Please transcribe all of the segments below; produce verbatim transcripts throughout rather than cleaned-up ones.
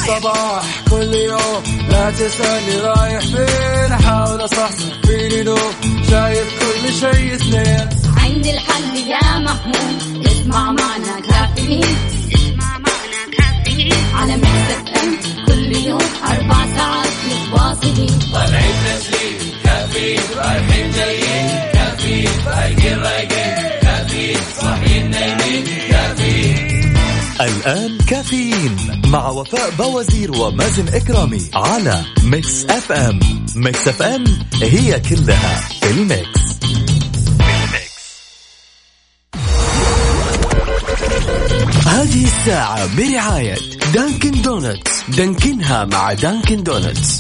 الصباح كل يوم لا تسألني رايح فين أحاول أصحصح فيني لو شايف كل شيء سنين عندي الحل يا محمود اسمع معنا كافيين اسمع معنا كافيين على ميكس اف ام كل يوم أربع ساعات متواصلين طالعين تسليم كافيين رايحين جايين كافيين رايقين رايقين كافيين صاحيين نايمين كافيين. الآن كافيين مع وفاء بوازير ومازن إكرامي على ميكس اف ام. ميكس اف ام هي كلها في الميكس. هذه الساعة برعاية دانكن دونتس. دانكنها مع دانكن دونتس.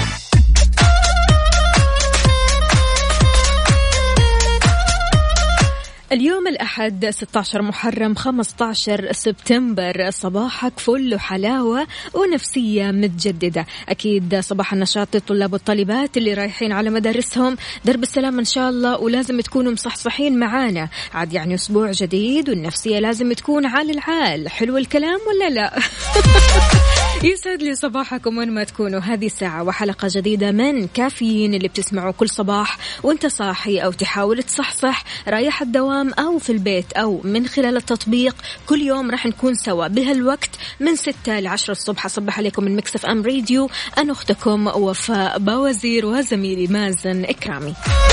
اليوم الأحد ستة عشر محرم خمسة عشر سبتمبر. صباحك فل وحلاوة ونفسية متجددة. أكيد صباح النشاط للطلاب والطالبات اللي رايحين على مدارسهم درب السلام إن شاء الله، ولازم تكونوا مصحصحين معانا عاد، يعني أسبوع جديد والنفسية لازم تكون عال العال. حلو الكلام ولا لا؟ يسعد لي صباحكم وين ما تكونوا. هذه ساعة وحلقة جديدة من كافيين اللي بتسمعوا كل صباح وانت صاحي أو تحاول تصحصح رايح الدوام أو في البيت أو من خلال التطبيق. كل يوم راح نكون سوا بهالوقت من ستة لعشرة الصبح. أصبح عليكم من ميكس اف ام راديو، أنا أختكم وفاء بوازير وزميلي مازن إكرامي.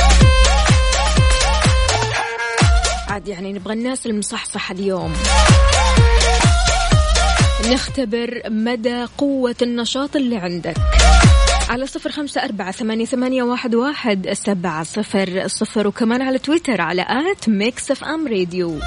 عاد يعني نبغى الناس المصحصح اليوم، نختبر مدى قوة النشاط اللي عندك على صفر خمسة أربعة ثمانية ثمانية واحد واحد سبعة صفر صفر، وكمان على تويتر على آت ميكس اف ام راديو.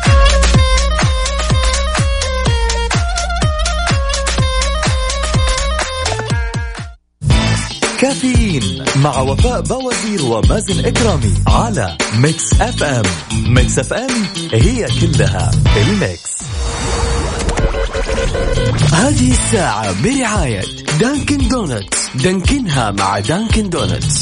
كافيين مع وفاء بوازير ومازن إكرامي على ميكس اف ام. ميكس اف ام هي كلها الميكس. هذه الساعة برعاية دانكن دونتس. دانكنها مع دانكن دونتس.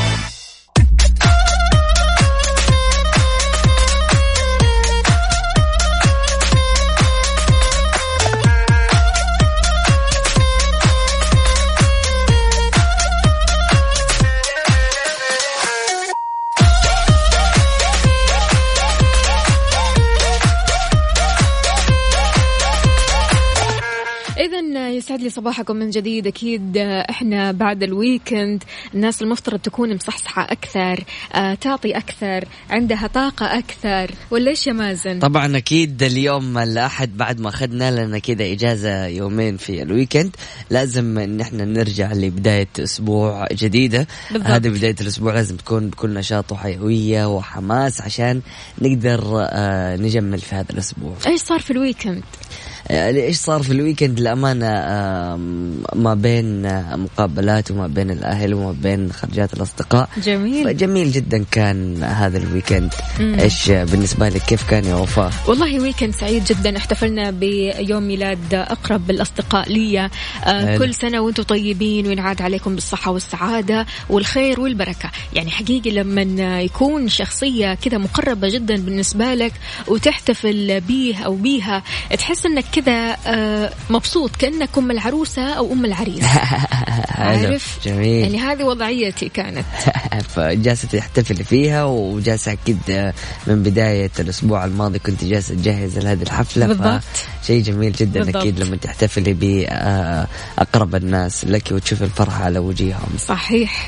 يسعد لي صباحكم من جديد. أكيد إحنا بعد الويكند الناس المفترض تكون مصحصحة أكثر، آه، تعطي أكثر، عندها طاقة أكثر، ولا إيش يا مازن؟ طبعا أكيد اليوم الأحد بعد ما أخذنا لنا كده إجازة يومين في الويكند لازم إن إحنا نرجع لبداية أسبوع جديدة. هذه بداية الأسبوع لازم تكون بكل نشاط وحيوية وحماس عشان نقدر آه نجمل في هذا الأسبوع. إيش صار في الويكند؟ إيش صار في الويكند؟ الأمانة ما بين مقابلات وما بين الأهل وما بين خرجات الأصدقاء. جميل جميل جدا كان هذا الويكند. مم. إيش بالنسبة لك كيف كان يا وفاء؟ والله ويكند سعيد جدا. احتفلنا بيوم ميلاد أقرب الأصدقاء لي. آه كل سنة وانتم طيبين وينعاد عليكم بالصحة والسعادة والخير والبركة. يعني حقيقي لما يكون شخصية كذا مقربة جدا بالنسبة لك وتحتفل بيه أو بيها تحس انك كذا مبسوط كأنك أم العروسة أو أم العريس. عارف؟ جميل. يعني هذه وضعيتي كانت. فجالسة تحتفل فيها وجالسة أكيد من بداية الأسبوع الماضي كنت جالسة تجهز لهذه الحفلة. بالضبط. شيء جميل جدا. بالضبط. أكيد لما تحتفلي بأقرب الناس لك وتشوف الفرحة على وجيههم. صحيح.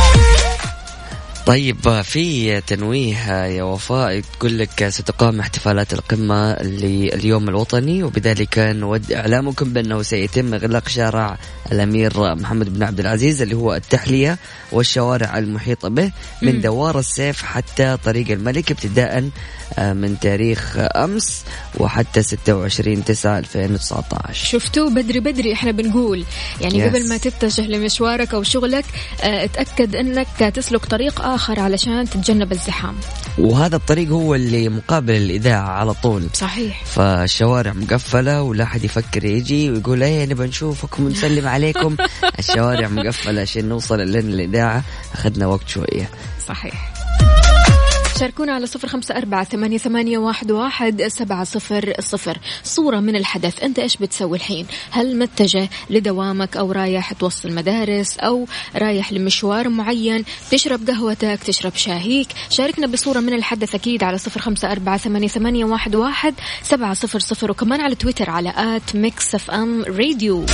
طيب في تنويه يا وفاء تقول لك ستقام احتفالات القمة لليوم الوطني وبذلك نود إعلامكم بأنه سيتم إغلاق شارع الأمير محمد بن عبد العزيز اللي هو التحلية والشوارع المحيطة به من دوار السيف حتى طريق الملك ابتداء من تاريخ أمس وحتى ستة وعشرين تسعة ألفين وتسعة عشر. شفتوا بدري بدري إحنا بنقول يعني yes. قبل ما تتجه لمشوارك أو شغلك اه اتأكد أنك تسلك طريق آخر علشان تتجنب الزحام. وهذا الطريق هو اللي مقابل الإذاعة على طول. صحيح. فالشوارع مقفلة ولا أحد يفكر يجي ويقول ايه نبغى نشوفكم ونسلم عليكم. الشوارع مقفلة عشان نوصل لين الإذاعة أخذنا وقت شوية. صحيح. شاركونا على صفر خمسة أربعة ثمانية ثمانية واحد واحد سبعة صفر صفر. صورة من الحدث، أنت إيش بتسوي الحين؟ هل متجه لدوامك أو رايح توصل مدارس أو رايح لمشوار معين، تشرب قهوتك، تشرب شاهيك؟ شاركنا بصورة من الحدث أكيد على صفر خمسة أربعة ثمانية ثمانية واحد واحد سبعة صفر صفر، وكمان على تويتر على آت ميكس اف ام راديو.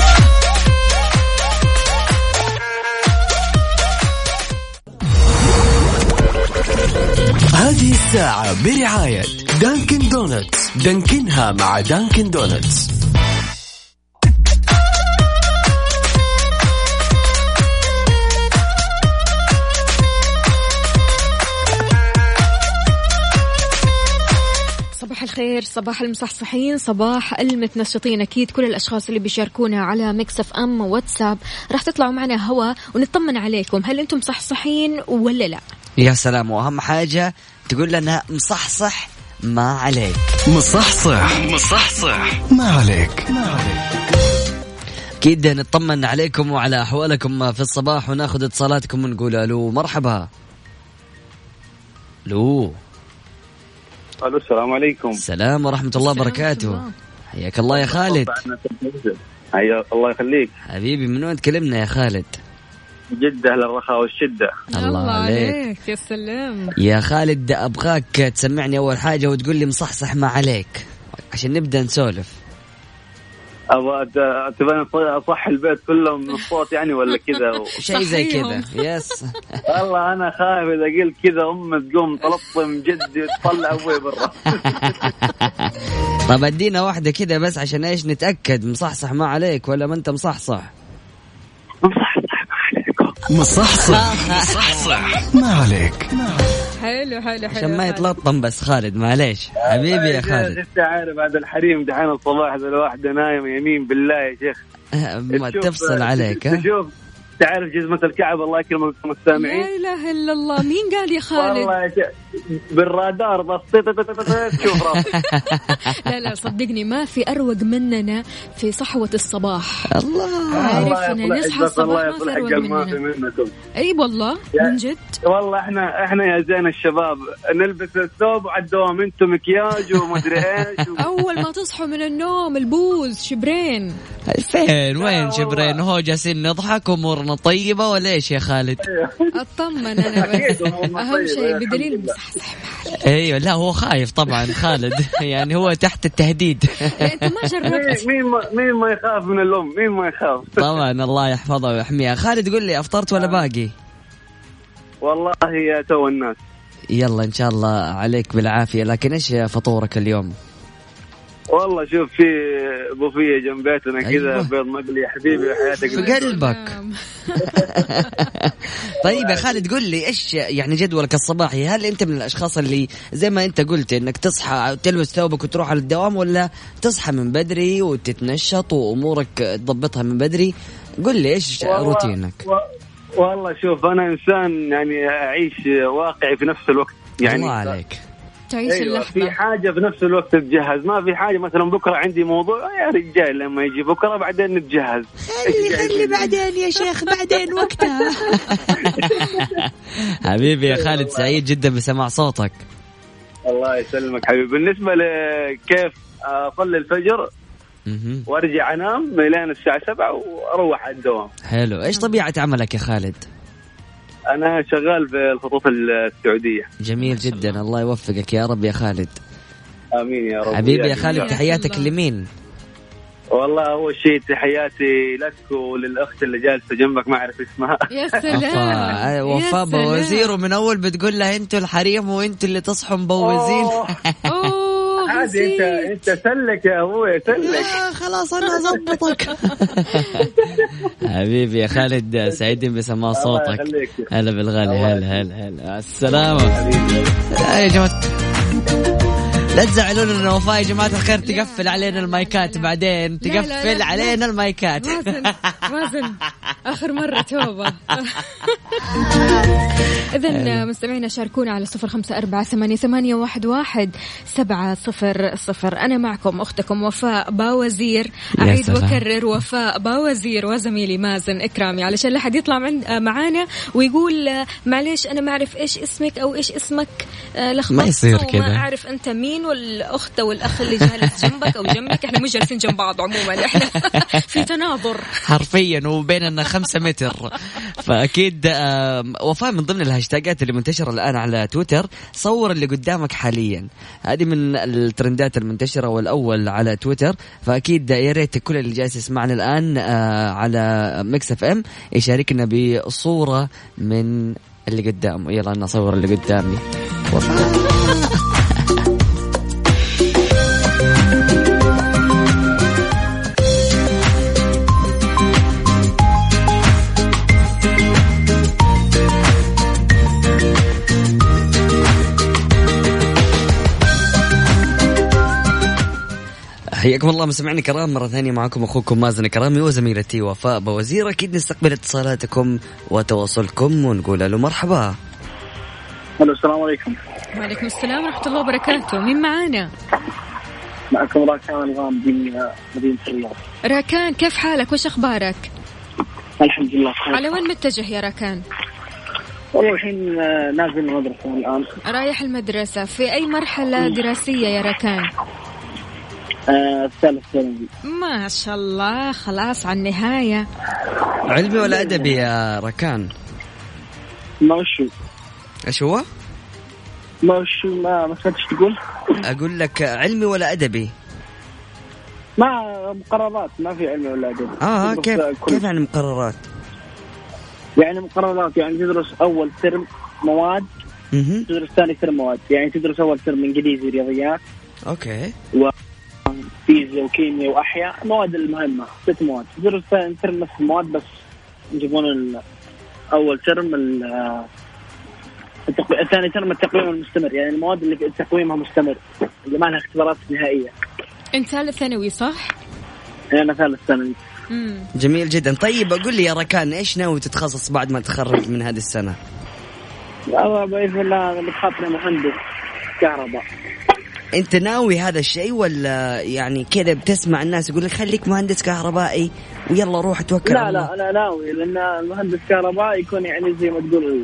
هذه الساعة برعاية دانكن دونتس، دانكنها مع دانكن دونتس. صباح الخير، صباح المصحصحين، صباح المتنشطين. أكيد كل الأشخاص اللي بيشاركونا على ميكس اف ام واتساب راح تطلعوا معنا هوا ونطمن عليكم، هل أنتم مصحصحين ولا لا؟ يا سلام، وأهم حاجة تقول لنا مصحصح ما عليك. مصحصح مصحصح ما عليك ما عليك. أكيد نطمن عليكم وعلى أحوالكم في الصباح وناخذ اتصالاتكم ونقول ألو مرحبا. ألو ألو السلام عليكم. السلام ورحمة الله وبركاته. حياك الله يا خالد. حياك الله يخليك حبيبي. من وين تكلمنا يا خالد؟ جدة للرخاء والشدة. الله عليك. يا سلام يا خالد. أبغاك تسمعني أول حاجة وتقول لي مصحصح ما عليك عشان نبدأ نسولف. أبغى تبين أصح البيت كله من الصوت يعني ولا كذا شيء زي كذا. يس والله أنا خايف إذا قلت كذا أم تقوم تلطم جدي وتطلع أبوي برا. طب أدينا واحدة كذا بس عشان إيش نتأكد مصحصح ما عليك ولا ما أنت مصحصح. مصحصح مصحصح ما عليك. حلو حلو حلو عشان ما يتلطم بس خالد معليش حبيبي يا خالد. انت عارف بعد الحريم دحين الصباح ذا الواحد نايم يمين بالله يا شيخ ما تفصل عليك. شوف تعرف جزمة الكعب الله يكرمك المستمعين. لا إله إلا الله. مين قال يا خالد؟ والله يا شيخ بالرادار بس تشوف راسك. لا لا صدقني ما في أروق مننا في صحوة الصباح. الله عارفنا نصحى الصباح ما في أروق مننا. أي والله من جد. والله إحنا إحنا يا زين الشباب نلبس الثوب وعلى الدوام أنتم مكياج ومدري إيش. أول ما تصحوا من النوم البوز شبرين. فين وين شبرين؟ هو جالسين نضحك أمورنا طيبة ولا إيش يا خالد؟ أطمن أنا بس. أهم شيء بدليل مصحصح. ايوه لا هو خايف طبعا خالد يعني هو تحت التهديد. انت ما جربت. مين ما مين ما يخاف من الام؟ مين ما يخاف؟ طبعا الله يحفظها ويحميها. خالد قل لي افطرت ولا باقي؟ والله يا تو الناس. يلا ان شاء الله عليك بالعافيه. لكن ايش فطورك اليوم؟ والله شوف في بوفيه جنب بيتنا كذا. أيوة. بيض مقلي يا حبيبي حياتك في قلبك. طيب يا خالد قل لي ايش يعني جدولك الصباحي؟ هل انت من الاشخاص اللي زي ما انت قلت انك تصحى تلبس ثوبك وتروح على الدوام، ولا تصحى من بدري وتتنشط وامورك تضبطها من بدري؟ قل لي ايش روتينك. والله شوف انا انسان يعني اعيش واقعي في نفس الوقت يعني. الله عليك. تعيش أيوة اللحظة. في حاجة في نفس الوقت تتجهز. ما في حاجة مثلا بكرة عندي موضوع يا رجال لما يجي بكرة بعدين نتجهز. خلي خلي بعدين يا شيخ بعدين وقتها. حبيبي يا خالد سعيد جدا بسماع صوتك. الله يسلمك حبيبي. بالنسبة لكيف أصلي الفجر وارجع انام لين الساعة سبعة واروح على الدوام. حلو. ايش طبيعة عملك يا خالد؟ أنا شغال في الخطوط السعودية. جميل جدا الله يوفقك يا رب يا خالد. آمين يا رب. حبيبي يا خالد تحياتك لمين؟ والله أول شيء تحياتي لك وللأخت اللي جالسة جنبك ما أعرف اسمها. يا سلام. وفاء بوزير. ومن أول بتقول له أنتوا الحريم وأنتوا اللي تصحوا مبوزين. عادي انت انت سلك يا ابوي سلك. خلاص انا اضبطك. حبيبي يا خالد سعيدين بسماع صوتك. هلا بالغالي. هلا هلا هلا السلامة يا جماعة. لا تزعلون ان وفاء يا جماعة الخير تقفل علينا المايكات بعدين. تقفل علينا المايكات. مازن آخر مرة توبة. إذن مستمعينا شاركونا على صفر خمسة أربعة ثمانية ثمانية واحد واحد سبعة صفر صفر. أنا معكم أختكم وفاء باوزير، أعيد وكرر وفاء باوزير وزميلي مازن إكرامي، علشان لا حد يطلع معانا ويقول معليش أنا ما أعرف إيش اسمك أو إيش اسمك لخبطت وما أعرف أنت مين والأخت والأخ اللي جالس جنبك أو جنبك. إحنا مش جالسين جنب بعض عموما، إحنا في تناظر حرفيا وبيننا خمسة متر. فأكيد وفاء من ضمن الهاشتاجات اللي منتشرة الآن على تويتر صور اللي قدامك حاليا، هذه من الترندات المنتشرة والأول على تويتر. فأكيد يا ريت كل اللي جالس يسمعنا الآن على ميكس اف ام يشاركنا بصورة من اللي قدامه. يلا أنا أصور اللي قدامي وفاء. حياكم الله مستمعينا الكرام مرة ثانية، معكم أخوكم مازن كرامي وزميلتي وفاء بوزير. أكيد نستقبل اتصالاتكم وتواصلكم ونقول له مرحبا. الو السلام عليكم. وعليكم السلام ورحمة الله وبركاته. مين معانا؟ معكم راكان الغامدي مدينة الرياض. راكان كيف حالك وش أخبارك؟ الحمد لله خير. على وين متجه يا راكان؟ والله الحين نازل المدرسة الآن. رايح المدرسة، في أي مرحلة دراسية يا راكان؟ الثالث ثانوي. ما شاء الله خلاص على النهاية. علمي ولا أدبي يا ركان؟ ما وشو ايش هو؟ ما وشو ما ما سمعتش تقول؟ أقول لك علمي ولا أدبي؟ ما مقررات، ما في علمي ولا أدبي. آه كيف كيف يعني مقررات؟ يعني مقررات يعني تدرس أول ترم مواد، تدرس ثاني ترم مواد. يعني تدرس أول ترم إنجليزي رياضيات، أوكي، و فيزياء وكيمياء وأحياء، مواد المهمة ست مواد. تدرس ثاني ترم نفس المواد بس يجيبون أول ترم التقويم، الثاني ترم التقويم المستمر، يعني المواد اللي تقويمها مستمر اللي ما لها اختبارات نهائية. أنت ثالث ثانوي صح؟ أنا ثالث ثانوي. جميل جدا. طيب أقول لي يا ركان إيش ناوي تتخصص بعد ما تخرج من هذه السنة؟ والله بإذن الله بتخاطر مهندس كهرباء. أنت ناوي هذا الشيء ولا يعني كذا بتسمع الناس يقول لك خليك مهندس كهربائي ويلا روح توكل؟ لا لا أنا ناوي، لأن المهندس كهربائي يكون يعني زي ما تقول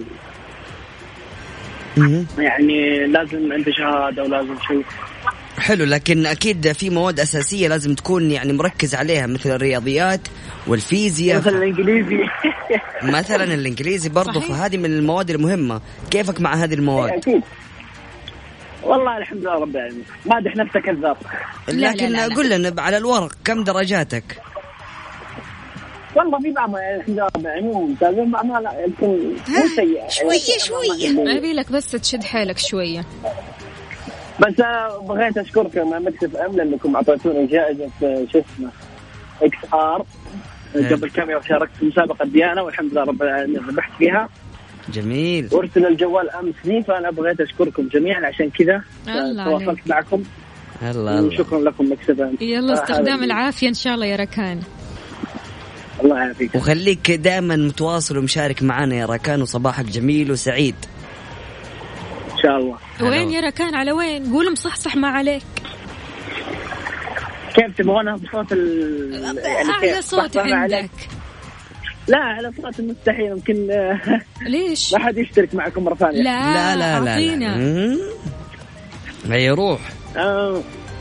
يعني لازم عنده شهادة ولازم شيء حلو. لكن أكيد في مواد أساسية لازم تكون يعني مركز عليها مثل الرياضيات والفيزياء، مثلا الإنجليزي مثلا الإنجليزي برضو. فهذه من المواد المهمة. كيفك مع هذه المواد؟ أكيد والله الحمد لله رب العالمين، مادح نفسك كذاب. لكن أقول لنا على الورق كم درجاتك؟ والله في بعض يعني الحمد لله رب العالمين ممتاز، بعض ما لا يمكن مو سيء شوية شوية. أبي لك بس تشد حيلك شوية. بس أنا بغيت أشكركم مكتب أم لأنكم أعطيتوني جائزة شو اسمه إكس آر قبل كم يوم، شاركت في مسابقة ديانة والحمد لله رب العالمين ربحت فيها. جميل. وارسل الجوال أمس لي، فأنا بغيت أشكركم جميعا عشان كذا تواصلت معكم. الله الله. شكرا لكم مكتب أم. يلا استخدام العافية إن شاء الله يا ركان. الله يعافيك. وخليك دائما متواصل ومشارك معنا يا ركان، وصباحك جميل وسعيد إن شاء الله. وين يا ركان؟ على وين؟ قول مصحصح ما عليك. كيف تبغونها بصوت ال يعني أعلى صوت عندك؟ لا على صوت المستحيل. يمكن ليش؟ ما حد يشترك معكم مرة ثانية. لا لا لا أعطينا. هيا روح. أه...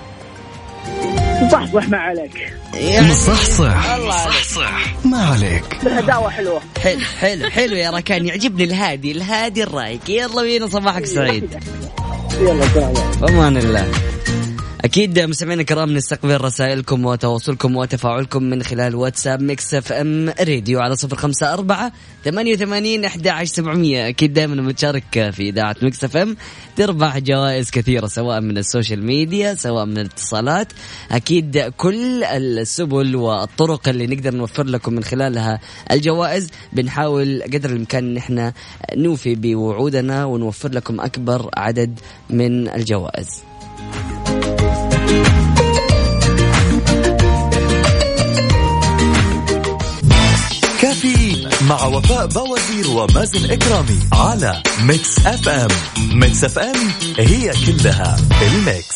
صحصح ما عليك. صحصح صحصح ما عليك. بالهداوة حلوة. حلو حلو حلو يا ركان، يعجبني الهادي الهادي الرايق. يلا بينا صباحك سعيد. يلا سلام. بأمان الله. أكيد مستمعينا الكرام نستقبل رسائلكم وتواصلكم وتفاعلكم من خلال واتساب ميكس اف ام راديو على صفر خمسة أربعة ثمانية وثمانين أحد عشر سبعمية. أكيد دائما متشارك في إذاعة ميكس اف ام تربح جوائز كثيرة سواء من السوشيال ميديا سواء من الاتصالات. أكيد كل السبل والطرق اللي نقدر نوفر لكم من خلالها الجوائز بنحاول قدر الإمكان إن احنا نوفي بوعودنا ونوفر لكم أكبر عدد من الجوائز. مع وفاء بوازير ومازن إكرامي على ميكس اف ام. ميكس اف ام هي كلها الميكس.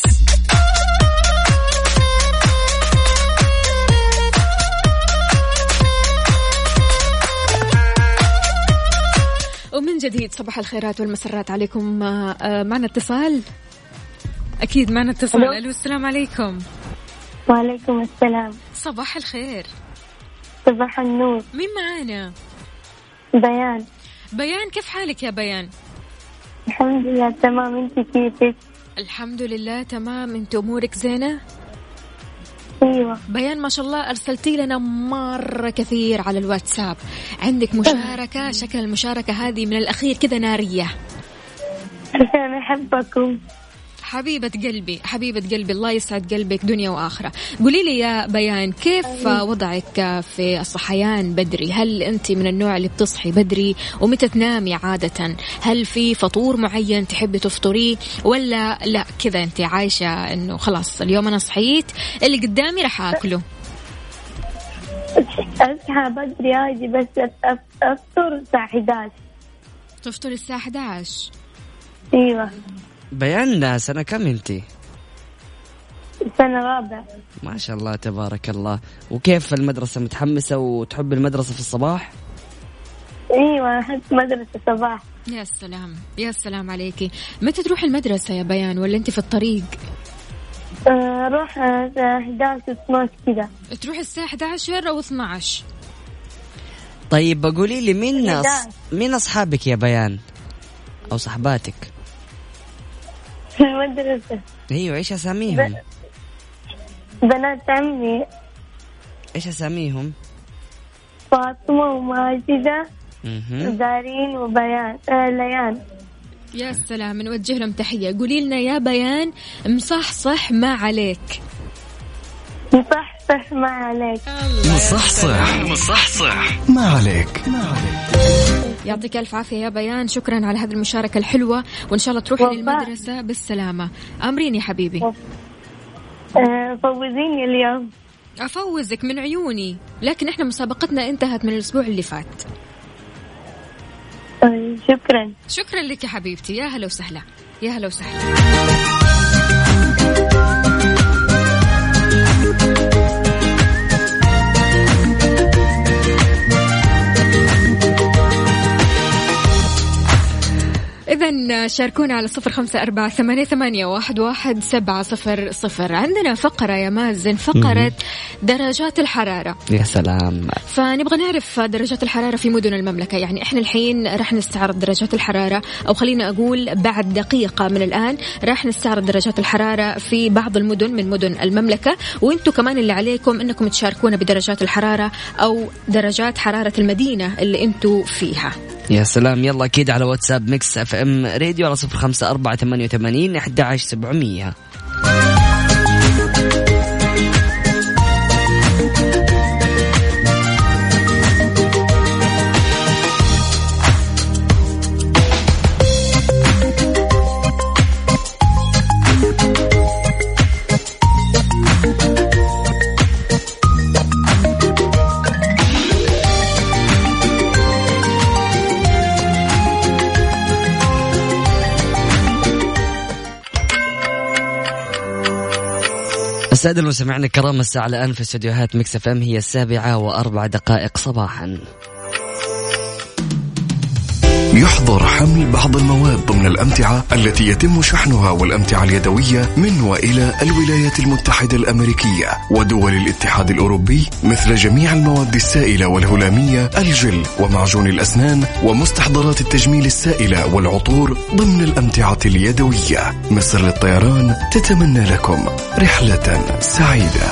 ومن جديد صباح الخيرات والمسرات عليكم. معنا اتصال، أكيد معنا اتصال. ألو السلام عليكم. وعليكم السلام. صباح الخير. صباح النور. مين معانا؟ بيان. بيان، كيف حالك يا بيان؟ الحمد لله تمام، انت كيفك؟ الحمد لله تمام. انت أمورك زينة؟ ايوه. بيان ما شاء الله أرسلتي لنا مرة كثير على الواتساب، عندك مشاركة، شكل المشاركة هذه من الأخير كذا نارية. أنا أحبكم. حبيبة قلبي حبيبة قلبي، الله يسعد قلبك دنيا وآخرة. قولي لي يا بيان، كيف وضعك في الصحيان بدري؟ هل أنت من النوع اللي بتصحي بدري؟ ومتى تنامي عادة؟ هل في فطور معين تحبي تفطريه ولا لا كذا أنت عايشة إنه خلاص اليوم أنا صحيت اللي قدامي رح أكله؟ أصحى بدري عادي، بس أفطر الساعة إحدى عشر. تفطر الساعة إحدى عشر؟ ايوه. بيان سنة كم انتي؟ سنة رابعة. ما شاء الله تبارك الله. وكيف المدرسة، متحمسة وتحب المدرسة في الصباح؟ ايوه احب مدرسة الصباح. يا سلام يا سلام عليكي. متى تروح المدرسة يا بيان ولا انت في الطريق؟ اروح الساعة إحدى عشر اثناشر كذا. تروح الساعة إحدى عشر او اثني عشر؟ طيب قولي لي مين أص... مين اصحابك يا بيان او صحباتك في المدرسة؟ ايوه، ايش اساميهم؟ بنات عمي. ايش اساميهم؟ فاطمة وماجدة ودارين وبيان آه ليان. يا سلام، نوجه لهم تحية. قولي لنا يا بيان، مصحصح ما عليك؟ مصحصح ما عليك. مصحصح مصحصح ما عليك. يعطيك ألف عافية يا بيان، شكرا على هذه المشاركة الحلوة، وإن شاء الله تروحي للمدرسة بالسلامة. أمرين يا حبيبي. أه فوزيني اليوم. أفوزك من عيوني، لكن إحنا مسابقتنا انتهت من الأسبوع اللي فات. أه شكرا. شكرا لك يا حبيبتي. يا هلا وسهلا، يا هلا وسهلا. إذن شاركونا على صفر خمسة أربعة ثمانية ثمانية واحد واحد سبعة صفر صفر. عندنا فقرة يا مازن، فقرة درجات الحرارة. يا سلام. فنبغى نعرف درجات الحرارة في مدن المملكة. يعني إحنا الحين راح نستعرض درجات الحرارة، أو خلينا أقول بعد دقيقة من الآن راح نستعرض درجات الحرارة في بعض المدن من مدن المملكة، وإنتوا كمان اللي عليكم إنكم تشاركونا بدرجات الحرارة أو درجات حرارة المدينة اللي إنتوا فيها. يا سلام. يلا أكيد على واتساب ميكس اف ام راديو على صفر خمسة أربعة ثمانية وثمانين أحد عشر سبعمية. السادة المستمعين الكرام، الساعة الآن في استديوهات ميكس اف ام هي السابعة وأربع دقائق صباحا. يحظر حمل بعض المواد ضمن الأمتعة التي يتم شحنها والأمتعة اليدوية من وإلى الولايات المتحدة الأمريكية ودول الاتحاد الأوروبي، مثل جميع المواد السائلة والهلامية، الجل ومعجون الأسنان ومستحضرات التجميل السائلة والعطور ضمن الأمتعة اليدوية. مصر للطيران تتمنى لكم رحلة سعيدة.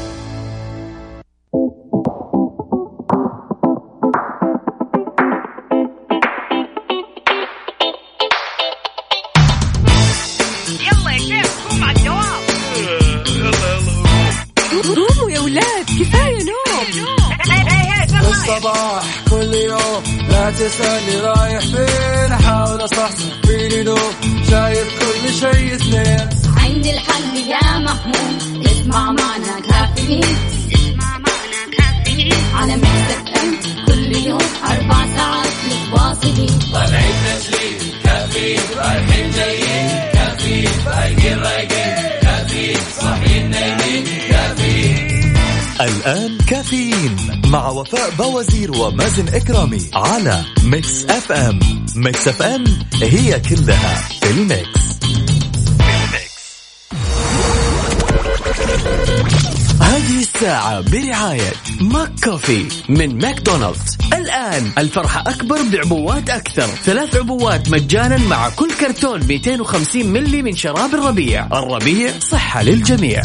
قوموا يا ولاد، كفاية نوم. الصباح كل يوم لا تسألني رايح فين، أحاول أصحصح فيني نوم، شايف كل شيء اثنين. عندي الحل يا محمود، اسمع معنا كافيين، اسمع معنا كافيين على ميكس اف ام كل يوم أربعة كافيين مع وفاء بوازير ومازن إكرامي على ميكس أف أم. ميكس أف أم هي كلها في الميكس. هذه الساعة برعاية ماك كوفي من ماكدونالدز. الآن الفرحة أكبر بعبوات أكثر، ثلاث عبوات مجانا مع كل كرتون مئتين وخمسين ملي من شراب الربيع. الربيع صحة للجميع.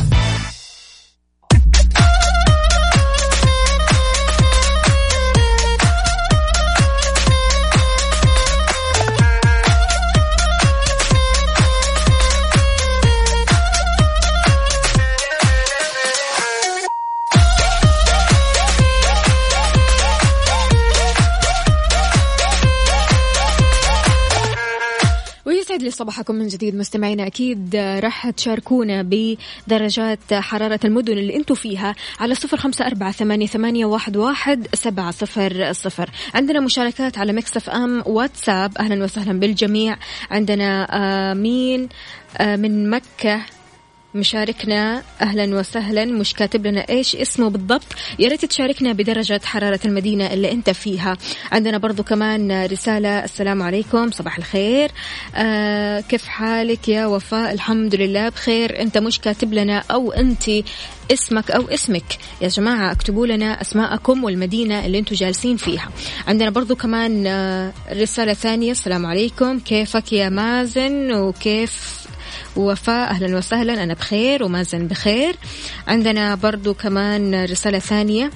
لي صباحكم من جديد مستمعينا. أكيد راح تشاركونا بدرجات حرارة المدن اللي أنتوا فيها على صفر خمسة أربعة ثمانية ثمانية واحد واحد سبعة صفر صفر. عندنا مشاركات على ميكس أف أم واتساب، أهلا وسهلا بالجميع. عندنا آه مين آه من مكة مشاركنا، أهلا وسهلا. مش كاتب لنا إيش اسمه بالضبط، يا ريت تشاركنا بدرجة حرارة المدينة اللي أنت فيها. عندنا برضو كمان رسالة، السلام عليكم صباح الخير، آه كيف حالك يا وفاء؟ الحمد لله بخير. أنت مش كاتب لنا أو أنت اسمك أو اسمك، يا جماعة اكتبوا لنا أسماءكم والمدينة اللي أنتوا جالسين فيها. عندنا برضو كمان آه رسالة ثانية، السلام عليكم كيفك يا مازن وكيف وفاء؟ أهلا وسهلا، أنا بخير ومازن بخير. عندنا برضو كمان رسالة ثانية،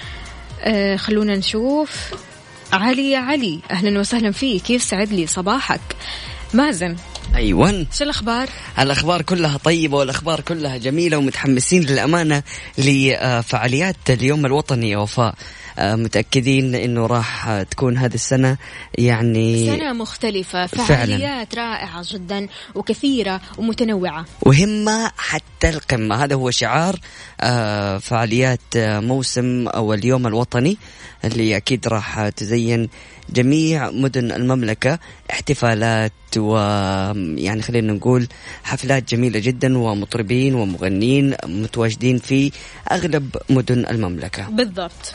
آه خلونا نشوف. علي يا علي أهلا وسهلا فيك، كيف سعد لي صباحك مازن؟ أيوان، شو الأخبار؟ الأخبار كلها طيبة والأخبار كلها جميلة ومتحمسين للأمانة لفعاليات اليوم الوطني يا وفاء. متأكدين إنه راح تكون هذه السنة يعني سنة مختلفة، فعاليات فعلا رائعة جدا وكثيرة ومتنوعة وهمة حتى القمة. هذا هو شعار فعاليات موسم أو اليوم الوطني اللي أكيد راح تزين جميع مدن المملكة، احتفالات ويعني خلينا نقول حفلات جميلة جدا ومطربين ومغنين متواجدين في أغلب مدن المملكة. بالضبط.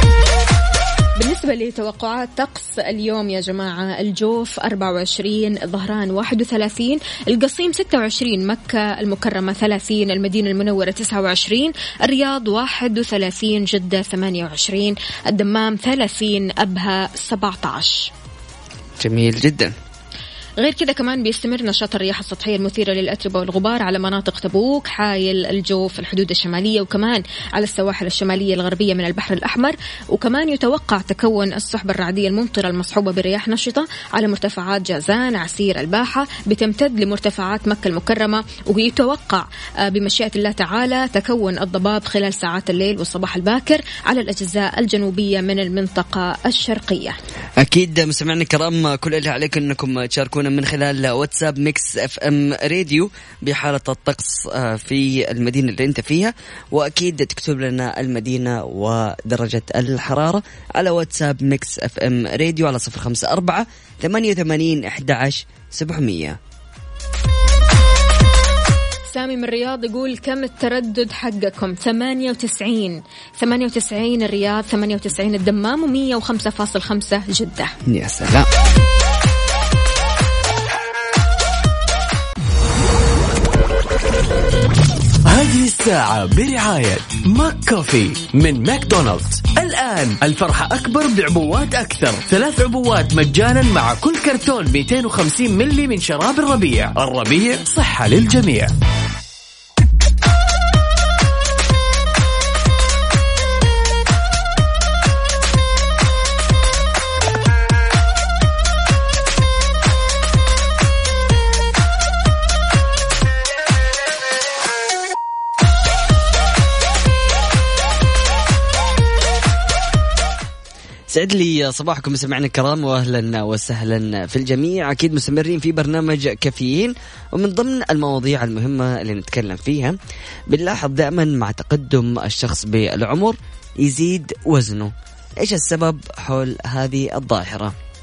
بالنسبة لتوقعات طقس اليوم يا جماعة، الجوف أربعة وعشرين، ظهران واحد وثلاثين، القصيم ستة وعشرين، مكة المكرمة ثلاثين، المدينة المنورة تسعة وعشرين، الرياض واحد وثلاثين، جدة ثمانية وعشرين، الدمام ثلاثين، أبها سبعة عشر. جميل جدا. غير كذا كمان بيستمر نشاط الرياح السطحية المثيرة للأتربة والغبار على مناطق تبوك، حايل، الجوف، الحدود الشمالية، وكمان على السواحل الشمالية الغربية من البحر الأحمر. وكمان يتوقع تكون السحب الرعدية الممطرة المصحوبة برياح نشطة على مرتفعات جازان، عسير، الباحة، بتمتد لمرتفعات مكة المكرمة. ويتوقع بمشيئة الله تعالى تكون الضباب خلال ساعات الليل والصباح الباكر على الأجزاء الجنوبية من المنطقة الشرقية. أكيد مستمعينا الكرام، كل اللي عليكم أنكم تشاركونا من خلال واتساب ميكس اف ام راديو بحالة الطقس في المدينة اللي انت فيها، واكيد تكتب لنا المدينة ودرجة الحرارة على واتساب ميكس اف ام راديو على صفر خمسة أربعة ثمانية ثمانين أحد عشر سبعمية. سامي من الرياض يقول كم التردد حقكم؟ ثمانية وتسعين ثمانية وتسعين الرياض، ثمانية وتسعين الدمام، ومية وخمسة فاصل خمسة جدة. يا سلام. هذه الساعة برعاية ماك كوفي من ماكدونالدز. الآن الفرحة أكبر بعبوات أكثر، ثلاث عبوات مجانا مع كل كرتون مئتين وخمسين ملي من شراب الربيع. الربيع صحة للجميع. سعد لي صباحكم سمعنا الكرام، واهلا وسهلا في الجميع. اكيد مستمرين في برنامج كافيين، ومن ضمن المواضيع المهمة اللي نتكلم فيها بنلاحظ دائما مع تقدم الشخص بالعمر يزيد وزنه. ايش السبب حول هذه الظاهرة؟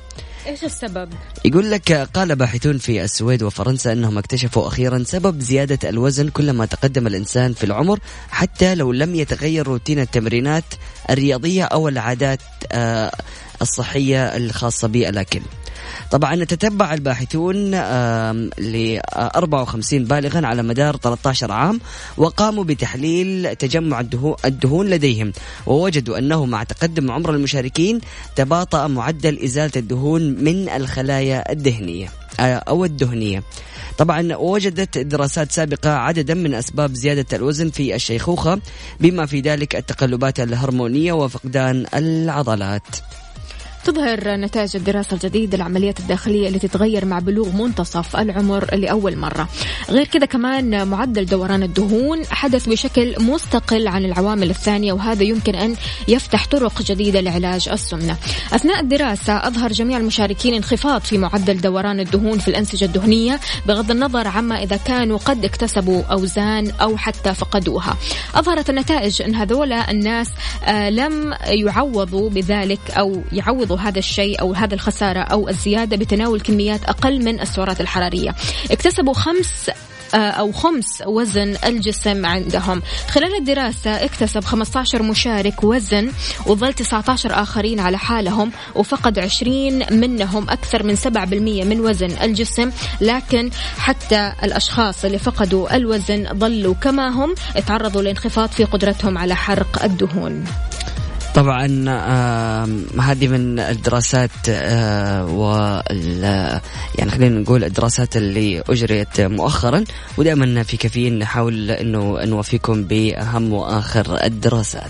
إيش السبب؟ يقول لك قال باحثون في السويد وفرنسا أنهم اكتشفوا أخيرا سبب زيادة الوزن كلما تقدم الإنسان في العمر، حتى لو لم يتغير روتين التمرينات الرياضية أو العادات الصحية الخاصة بالأكل. طبعا نتتبع الباحثون ل أربعة وخمسين بالغا على مدار ثلاثة عشر عام، وقاموا بتحليل تجمع الدهون لديهم، ووجدوا أنه مع تقدم عمر المشاركين تباطأ معدل إزالة الدهون من الخلايا الدهنية أو الدهنية. طبعا وجدت دراسات سابقة عددا من أسباب زيادة الوزن في الشيخوخة، بما في ذلك التقلبات الهرمونية وفقدان العضلات. تظهر نتائج الدراسة الجديدة العمليات الداخلية التي تتغير مع بلوغ منتصف العمر لأول مرة. غير كذا كمان معدل دوران الدهون حدث بشكل مستقل عن العوامل الثانية، وهذا يمكن أن يفتح طرق جديدة لعلاج السمنة. أثناء الدراسة أظهر جميع المشاركين انخفاض في معدل دوران الدهون في الأنسجة الدهنية، بغض النظر عما إذا كانوا قد اكتسبوا أوزان أو حتى فقدوها. أظهرت النتائج أن هذولا الناس لم يعوضوا بذلك أو يعوضوا هذا الشيء أو هذا الخسارة أو الزيادة بتناول كميات أقل من السعرات الحرارية. اكتسبوا خمس أو خمس وزن الجسم عندهم. خلال الدراسة اكتسب خمسة عشر مشارك وزن، وظل تسعة عشر آخرين على حالهم، وفقد عشرين منهم أكثر من سبعة بالمئة من وزن الجسم. لكن حتى الأشخاص اللي فقدوا الوزن ظلوا كما هم، اتعرضوا لانخفاض في قدرتهم على حرق الدهون. طبعا هذه من الدراسات وال يعني خلينا نقول الدراسات اللي أجريت مؤخرا، ودائما في كافيين نحاول إنه نوفيكم بأهم وآخر الدراسات.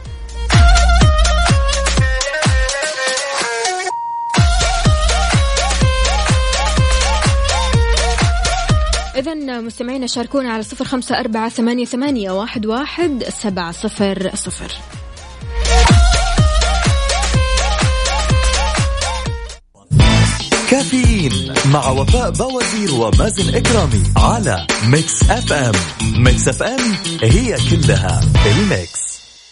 إذن مستمعين شاركونا على صفر خمسة أربعة ثمانية ثمانية واحد واحد سبعة صفر صفر. كافيين مع وفاء بوازير ومازن إكرامي على ميكس اف ام. ميكس اف ام هي كلها الميكس.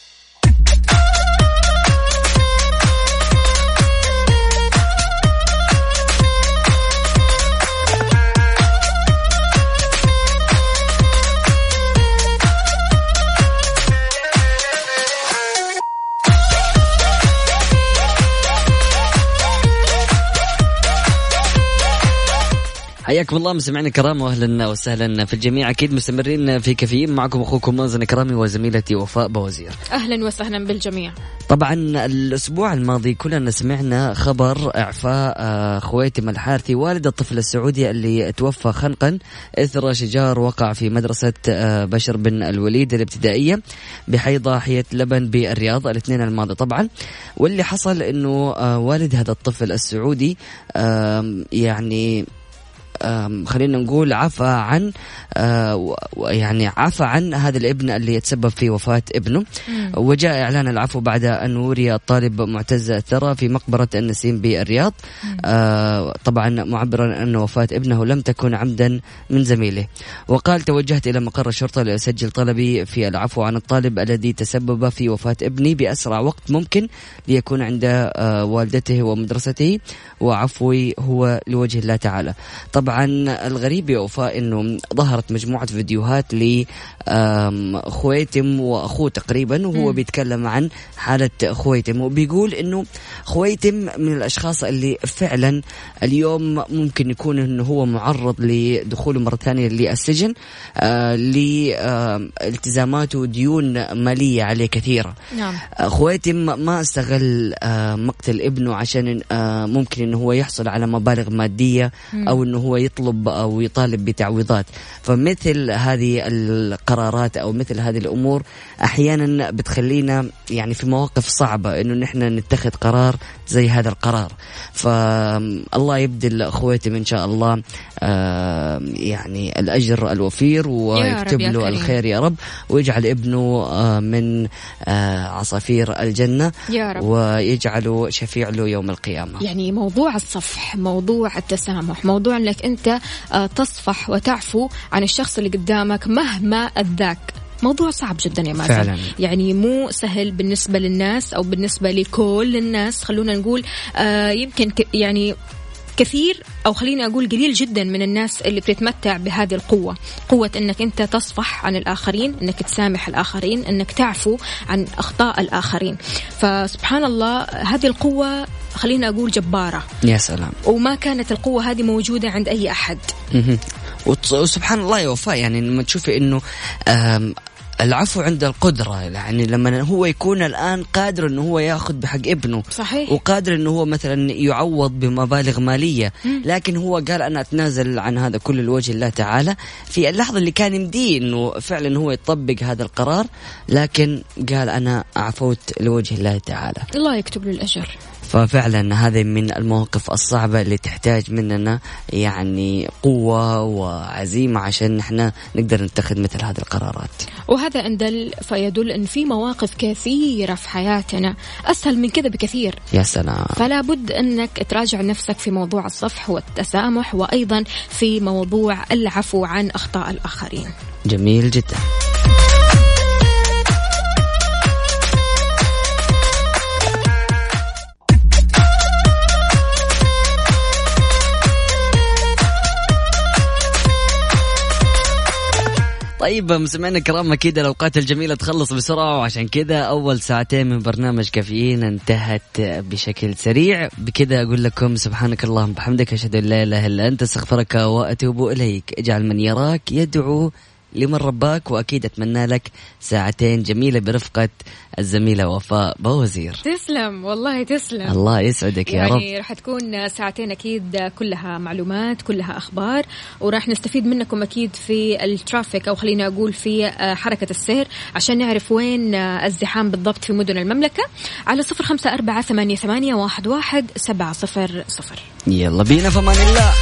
حياكم الله مستمعينا الكرام واهلا وسهلا في الجميع. اكيد مستمرين في كافيين معكم اخوكم مازن كرامي وزميلتي وفاء بوازير. اهلا وسهلا بالجميع. طبعا الاسبوع الماضي كلنا سمعنا خبر اعفاء خويتم الحارثي والد الطفل السعودي اللي توفى خنقا اثر شجار وقع في مدرسه بشر بن الوليد الابتدائيه بحي ضاحيه لبن بالرياض الاثنين الماضي. طبعا واللي حصل انه والد هذا الطفل السعودي يعني خلينا نقول عفى عن يعني عفى عن هذا الابن اللي يتسبب في وفاة ابنه. وجاء إعلان العفو بعد أن وري الطالب معتز الثرى في مقبرة النسيم بالرياض، طبعا معبرا أن وفاة ابنه لم تكن عمدا من زميله. وقال توجهت إلى مقر الشرطة لأسجل طلبي في العفو عن الطالب الذي تسبب في وفاة ابني بأسرع وقت ممكن ليكون عند والدته ومدرسته، وعفوي هو لوجه الله تعالى. طبعا الغريب يا وفاء انه ظهرت مجموعة فيديوهات لخويتم واخوه تقريبا، وهو بيتكلم عن حالة خويتم، وبيقول انه خويتم من الاشخاص اللي فعلا اليوم ممكن يكون انه هو معرض لدخوله مرة ثانية للسجن لالتزامات وديون مالية عليه كثيرة. نعم. خويتم ما استغل مقتل ابنه عشان ممكن انه هو يحصل على مبالغ مادية او انه هو يطلب أو يطالب بتعويضات. فمثل هذه القرارات أو مثل هذه الأمور أحيانا بتخلينا يعني في مواقف صعبة إنه نحن نتخذ قرار زي هذا القرار. فالله يبدل أخواتي إن شاء الله يعني الأجر الوفير ويكتب له الخير يا رب، ويجعل ابنه من عصافير الجنة يا رب، ويجعله شفيع له يوم القيامة. يعني موضوع الصفح، موضوع التسامح، موضوع انك انت تصفح وتعفو عن الشخص اللي قدامك مهما أذاك. موضوع صعب جدا يا مازن فعلا. يعني مو سهل بالنسبة للناس أو بالنسبة لكل الناس. خلونا نقول آه يمكن ك يعني كثير أو خليني أقول قليل جدا من الناس اللي بتتمتع بهذه القوة، قوة أنك أنت تصفح عن الآخرين، أنك تسامح الآخرين، أنك تعفو عن أخطاء الآخرين. فسبحان الله هذه القوة خلينا أقول جبارة. يا سلام. وما كانت القوة هذه موجودة عند أي أحد. وسبحان الله يا وفاء، يعني لما تشوفي إنه العفو عند القدرة، يعني لما هو يكون الآن قادر إنه هو يأخذ بحق ابنه، صحيح، وقادر إنه هو مثلا يعوض بمبالغ مالية، مم. لكن هو قال أنا أتنازل عن هذا كل لوجه الله تعالى. في اللحظة اللي كان يمديه إنه فعلا هو يطبق هذا القرار، لكن قال أنا عفوت لوجه الله تعالى، الله يكتب له الأجر. ففعلا هذا من المواقف الصعبة اللي تحتاج مننا يعني قوة وعزيمة عشان نحن نقدر نتخذ مثل هذه القرارات. وهذا إن دل فيدل أن في مواقف كثيرة في حياتنا أسهل من كذا بكثير. يا سلام. فلا بد أنك تراجع نفسك في موضوع الصفح والتسامح، وأيضا في موضوع العفو عن أخطاء الآخرين. جميل جدا. طيب مسمعنا الكرام، أكيد الأوقات الجميلة تخلص بسرعة، وعشان كذا أول ساعتين من برنامج كافيين انتهت بشكل سريع. بكذا أقول لكم سبحانك اللهم بحمدك، أشهد أن لا إله إلا أنت، استغفرك وأتوب إليك. اجعل من يراك يدعو لمن رباك، وأكيد أتمنى لك ساعتين جميلة برفقة الزميلة وفاء بوزير. تسلم والله تسلم، الله يسعدك يا رب. يعني راح تكون ساعتين أكيد كلها معلومات، كلها أخبار، وراح نستفيد منكم أكيد في الترافيك أو خلينا أقول في حركة السير، عشان نعرف وين الزحام بالضبط في مدن المملكة. على صفر خمسة أربعة ثمانية ثمانية واحد واحد سبعة صفر صفر. يلا بينا، فمان الله.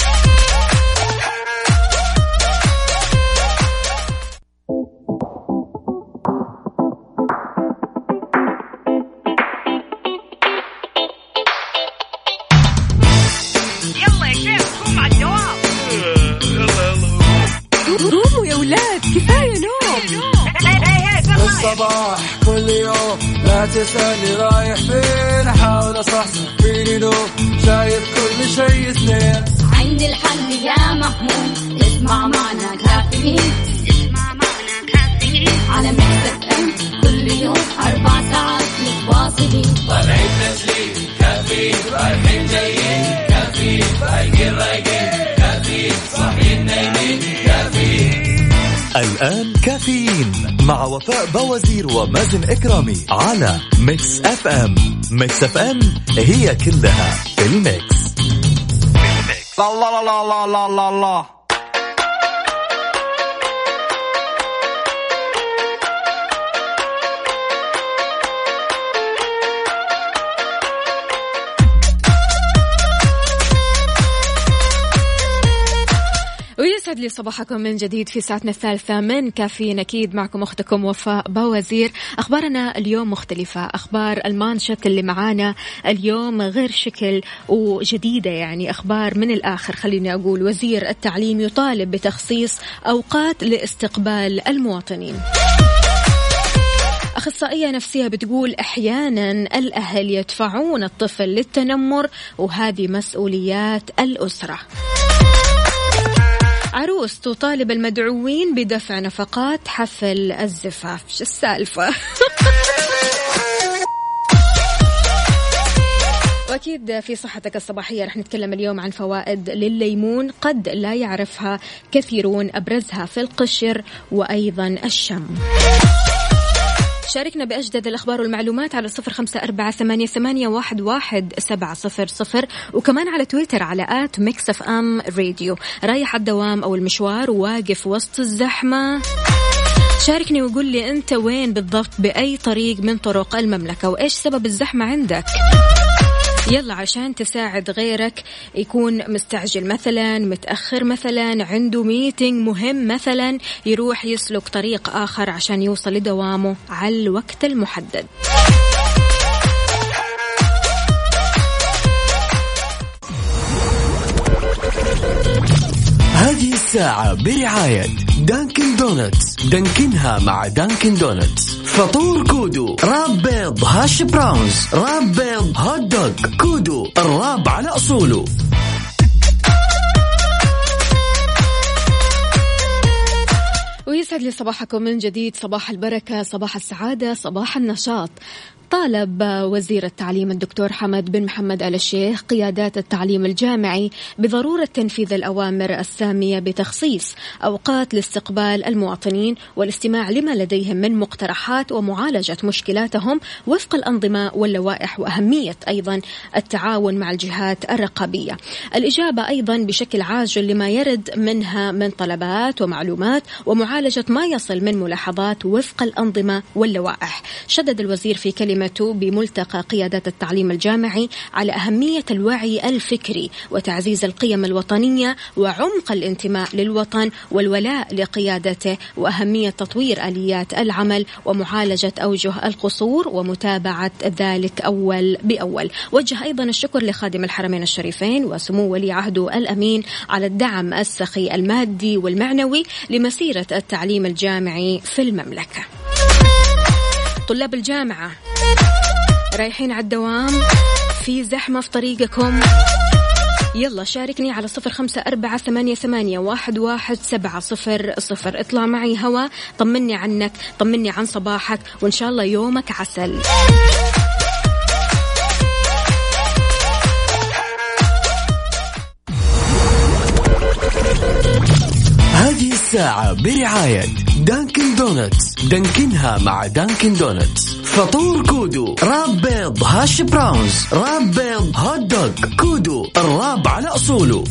قوموا يا ولاد، كفاية نوم. الصباح كل يوم لا تسألني رايح فين، أحاول أصحصح فيني نوم، شايف كل شيء اثنين. عندي الحل يا محمود، اسمع معنا كافيين، اسمع معنا كافيين على ميكس اف ام، كل يوم أربع ساعات متواصلين. طالعين تسليم كافيين، رايحين جايين كافيين، رايقين رايقين كافيين، صاحيين نايمين كافيين. الآن كافيين مع وفاء بوزير ومازن إكرامي على ميكس اف ام. ميكس اف ام هي كلها في الميكس. لا لا لا لا لا لا لا. ويسعد لي صباحكم من جديد في ساعتنا الثالثة من كافيين، أكيد معكم أختكم وفاء بوزير. أخبارنا اليوم مختلفة، أخبار المانشط اللي معانا اليوم غير شكل وجديدة، يعني أخبار من الآخر. خليني أقول وزير التعليم يطالب بتخصيص أوقات لاستقبال المواطنين. أخصائية نفسية بتقول أحيانا الأهل يدفعون الطفل للتنمر، وهذه مسؤوليات الأسرة. عروس تطالب المدعوين بدفع نفقات حفل الزفاف. شو السالفة؟ وأكيد في صحتك الصباحية رح نتكلم اليوم عن فوائد للليمون قد لا يعرفها كثيرون، أبرزها في القشر وأيضا الشم. شاركنا بأجدد الأخبار والمعلومات على صفر خمسة أربعة ثمانية ثمانية واحد واحد سبعة صفر صفر، وكمان على تويتر على آت ميكس أف أم راديو. رايح الدوام أو المشوار، واقف وسط الزحمة، شاركني وقول لي أنت وين بالضبط، بأي طريق من طرق المملكة، وإيش سبب الزحمة عندك. يلا عشان تساعد غيرك يكون مستعجل مثلا، متأخر مثلا، عنده ميتينج مهم مثلا، يروح يسلك طريق آخر عشان يوصل لدوامه على الوقت المحدد. هذه الساعة برعاية دانكن دونتس، دانكنها مع دانكن دونتس. فطور كودو، راب بيض هاش براونز، راب بيض هوت دوغ. كودو، الراب على أصوله. ويسعد لي صباحكم من جديد، صباح البركة، صباح السعادة، صباح النشاط. طالب وزير التعليم الدكتور حمد بن محمد آل الشيخ قيادات التعليم الجامعي بضرورة تنفيذ الأوامر السامية بتخصيص أوقات لاستقبال المواطنين والاستماع لما لديهم من مقترحات ومعالجة مشكلاتهم وفق الأنظمة واللوائح، وأهمية أيضا التعاون مع الجهات الرقابية. الإجابة أيضا بشكل عاجل لما يرد منها من طلبات ومعلومات، ومعالجة ما يصل من ملاحظات وفق الأنظمة واللوائح. شدد الوزير في كلمة بملتقى قيادات التعليم الجامعي على أهمية الوعي الفكري وتعزيز القيم الوطنية وعمق الانتماء للوطن والولاء لقيادته، وأهمية تطوير آليات العمل ومعالجة أوجه القصور ومتابعة ذلك أول بأول. وجه أيضا الشكر لخادم الحرمين الشريفين وسمو ولي عهده الأمين على الدعم السخي المادي والمعنوي لمسيرة التعليم الجامعي في المملكة. طلاب الجامعة رايحين على الدوام، في زحمة في طريقكم، يلا شاركني على صفر خمسة أربعة ثمانية ثمانية واحد واحد سبعة صفر صفر. اطلع معي هوا، طمني عنك، طمني عن صباحك، وإن شاء الله يومك عسل. هذه الساعة برعاية دانكن دونتس، دانكنها مع دانكن دونتس. فطور كودو، راب بيض هاش براونز، راب بيض هوت دوغ. كودو، الراب على أصوله.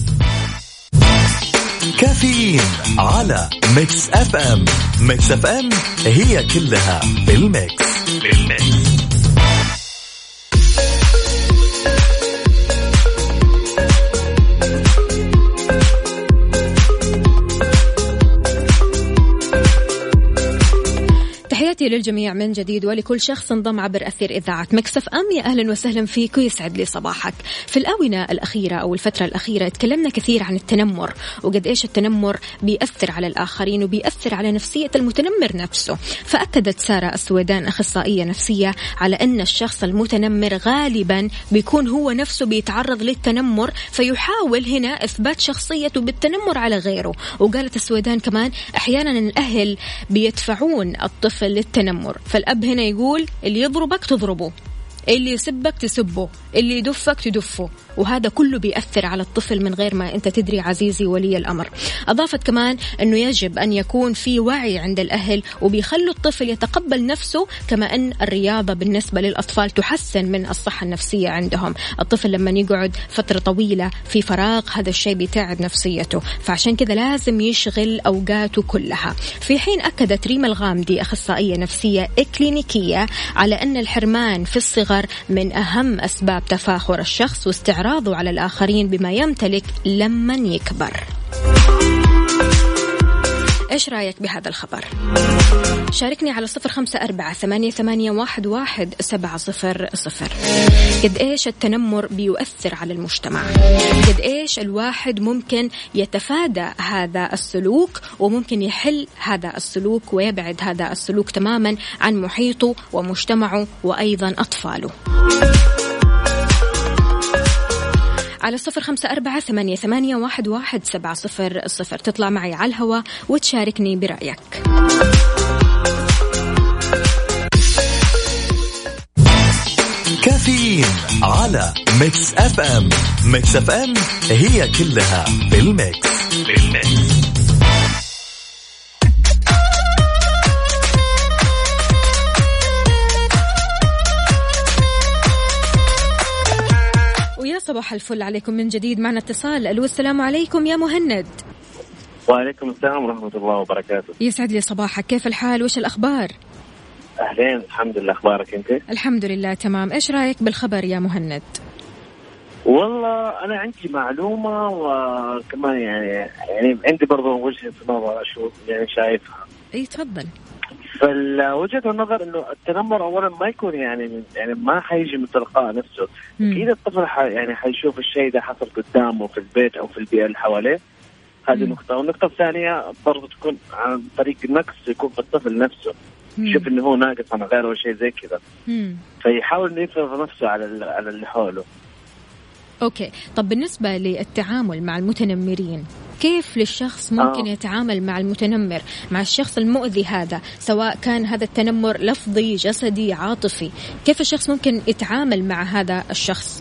كافيين على ميكس اف ام. ميكس اف ام هي كلها بالميكس بالميكس. تحياتي للجميع من جديد ولكل شخص انضم عبر أثير إذاعة ميكس اف ام. يا أهلا وسهلا فيك ويسعد لي صباحك. في الآونة الأخيرة أو الفترة الأخيرة تكلمنا كثير عن التنمر، وقد إيش التنمر بيأثر على الآخرين وبيأثر على نفسية المتنمر نفسه. فأكدت سارة السويدان أخصائية نفسية على أن الشخص المتنمر غالبا بيكون هو نفسه بيتعرض للتنمر، فيحاول هنا إثبات شخصيته بالتنمر على غيره. وقالت السويدان كمان أحيانا الأهل بيدفعون الطفل للتنمر، فالأب هنا يقول اللي يضربك تضربه، اللي يسبك تسبه، اللي يدفك تدفه، وهذا كله بيأثر على الطفل من غير ما أنت تدري عزيزي ولي الأمر. أضافت كمان أنه يجب أن يكون في وعي عند الأهل وبيخلوا الطفل يتقبل نفسه، كما أن الرياضة بالنسبة للأطفال تحسن من الصحة النفسية عندهم. الطفل لما يقعد فترة طويلة في فراغ هذا الشيء بيتعب نفسيته، فعشان كذا لازم يشغل أوقاته كلها. في حين أكدت ريما الغامدي أخصائية نفسية إكلينيكية على أن الحرمان في الصغر من أهم أسباب تفاخر الشخص واستعراضه على الآخرين بما يمتلك لمن يكبر. إيش رأيك بهذا الخبر؟ شاركني على صفر خمسة أربعة ثمانية ثمانية واحد واحد سبعة صفر صفر. قد إيش التنمر بيؤثر على المجتمع، قد إيش الواحد ممكن يتفادى هذا السلوك وممكن يحل هذا السلوك ويبعد هذا السلوك تماما عن محيطه ومجتمعه وأيضا أطفاله. على صفر خمسة أربعة ثمانية ثمانية واحد واحد سبعة صفر صفر تطلع معي على الهواء وتشاركني برأيك. كافيين على ميكس اف ام. ميكس اف ام هي كلها بالميكس بالميكس. صباح الفل عليكم من جديد. معنا اتصال. الو السلام عليكم يا مهند. وعليكم السلام ورحمة الله وبركاته. يسعد لي صباحك، كيف الحال وش الأخبار؟ أهلين، الحمد لله، أخبارك أنت؟ الحمد لله تمام. إيش رأيك بالخبر يا مهند؟ والله أنا عندي معلومة وكمان يعني يعني عندي برضو وجهة نظر أشوف يعني شايفها. إيه تفضل. فالوجهة النظر إنه التنمر أولا ما يكون يعني يعني ما حيجي من تلقاء نفسه. أكيد الطفل ح يعني حيشوف الشيء ده حصل قدامه في البيت أو في البيئة اللي حواليه، هذه نقطة. والنقطة الثانية برضو تكون عن طريق النقص يكون في الطفل نفسه، شوف إنه هو ناقص عن غيره شيء زي كذا، فيحاول إنه يفرض نفسه على على اللي حوله. أوكي، طب بالنسبة للتعامل مع المتنمرين، كيف للشخص ممكن آه. يتعامل مع المتنمر، مع الشخص المؤذي هذا، سواء كان هذا التنمر لفظي جسدي عاطفي، كيف الشخص ممكن يتعامل مع هذا الشخص؟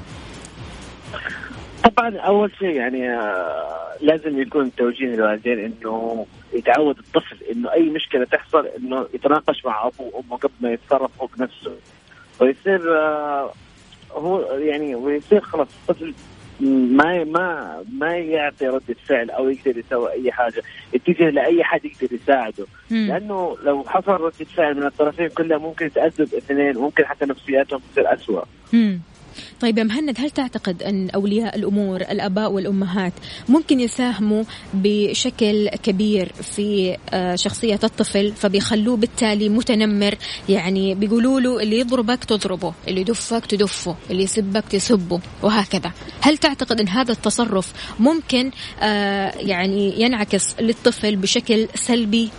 طبعا أول شيء يعني آه لازم يكون توجيه الوالدين إنه يتعود الطفل إنه أي مشكلة تحصل إنه يتناقش مع أبوه وأمه قبل ما يتصرف هو بنفسه، ويصير آه هو يعني ويصير خلاص الطفل ما ما ما يعطي ردة فعل أو يقدر يسوي أي حاجة، يتجه لأي حد يقدر يساعده. مم. لأنه لو حصل ردة فعل من الطرفين كلها ممكن تأذب اثنين وممكن حتى نفسياتهم تصير أسوأ. مم. طيب يا مهند، هل تعتقد أن أولياء الأمور الآباء والأمهات ممكن يساهموا بشكل كبير في شخصية الطفل فبيخلوه بالتالي متنمر؟ يعني بيقولوا له اللي يضربك تضربه، اللي يدفك تدفه، اللي يسبك تسبه وهكذا. هل تعتقد أن هذا التصرف ممكن يعني ينعكس للطفل بشكل سلبي؟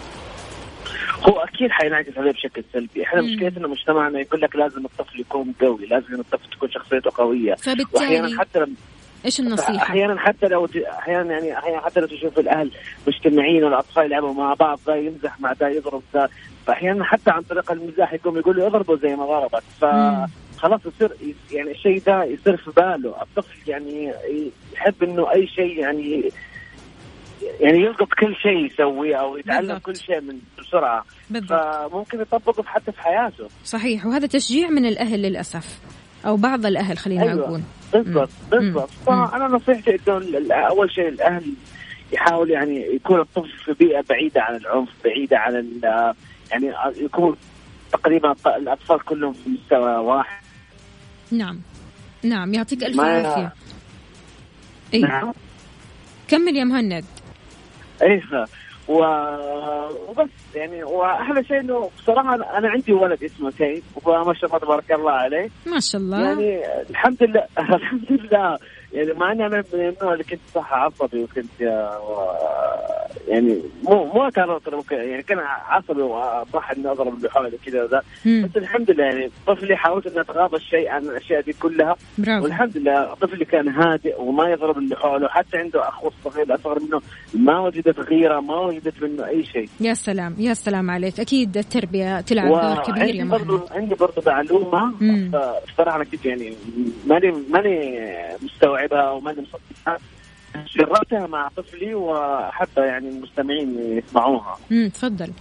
هو أكيد حينعكس عليه بشكل سلبي. إحنا مشكلتنا مجتمعنا يقول لك لازم الطفل يكون قوي، لازم الطفل تكون شخصيته قوية. فبالتالي حتى لم... إيش النصيحة؟ أحيانا حتى لو أحيانا يعني أحيانا حتى لو تشوف الأهل مجتمعين والأطفال يلعبوا مع بعض، ذا يمزح مع ذا يضرب ذا، فأحيانا حتى عن طريق المزاح يقوم يقول له اضربه زي ما ضربك، فخلاص يصير يعني الشيء ده يصير في باله. الطفل يعني يحب إنه أي شيء يعني يعني يلقط كل شيء يسويه أو يتعلم بالضبط. كل شيء من بسرعة بالضبط. فممكن يطبقه حتى في حياته. صحيح، وهذا تشجيع من الأهل للأسف، أو بعض الأهل خلينا أيوة. نقول. بالضبط بالضبط. فأنا نصيحتي إنه أول شيء الأهل يحاول يعني يكون الطفل في بيئة بعيدة عن العنف، بعيدة عن يعني يكون تقريبا الأطفال كلهم في مستوى واحد. نعم نعم، يعطيك ألف عافية. إيه؟ نعم. كمل يا مهند. ايه وبس يعني. واحلى شيء انه بصراحه انا عندي ولد اسمه سيد وما شاء الله تبارك الله عليه، ما شاء الله يعني الحمد لله الحمد لله. يعني مع اني انا من النوع اللي كنت صح عصبي وكنت يعني مو مو كان يعني كان عصبي وصح اني اضرب اللي حولي كذا وذا، بس الحمد لله يعني طفلي حاولت اني اتغاضى الشيء عن الاشياء دي كلها. برافو. والحمد لله طفلي كان هادئ وما يضرب اللي حوله، حتى عنده اخو صغير اصغر منه ما وجدت غيرة، ما وجدت منه اي شيء. يا سلام يا سلام عليك. اكيد التربيه تلعب دور كبير يا مهند. عندي برضه معلومه بصراحه انا كنت يعني ماني ماني مستوعبها وماني مصدقها، جربتها مع طفلي وحتى يعني المستمعين يسمعوها. امم تفضل.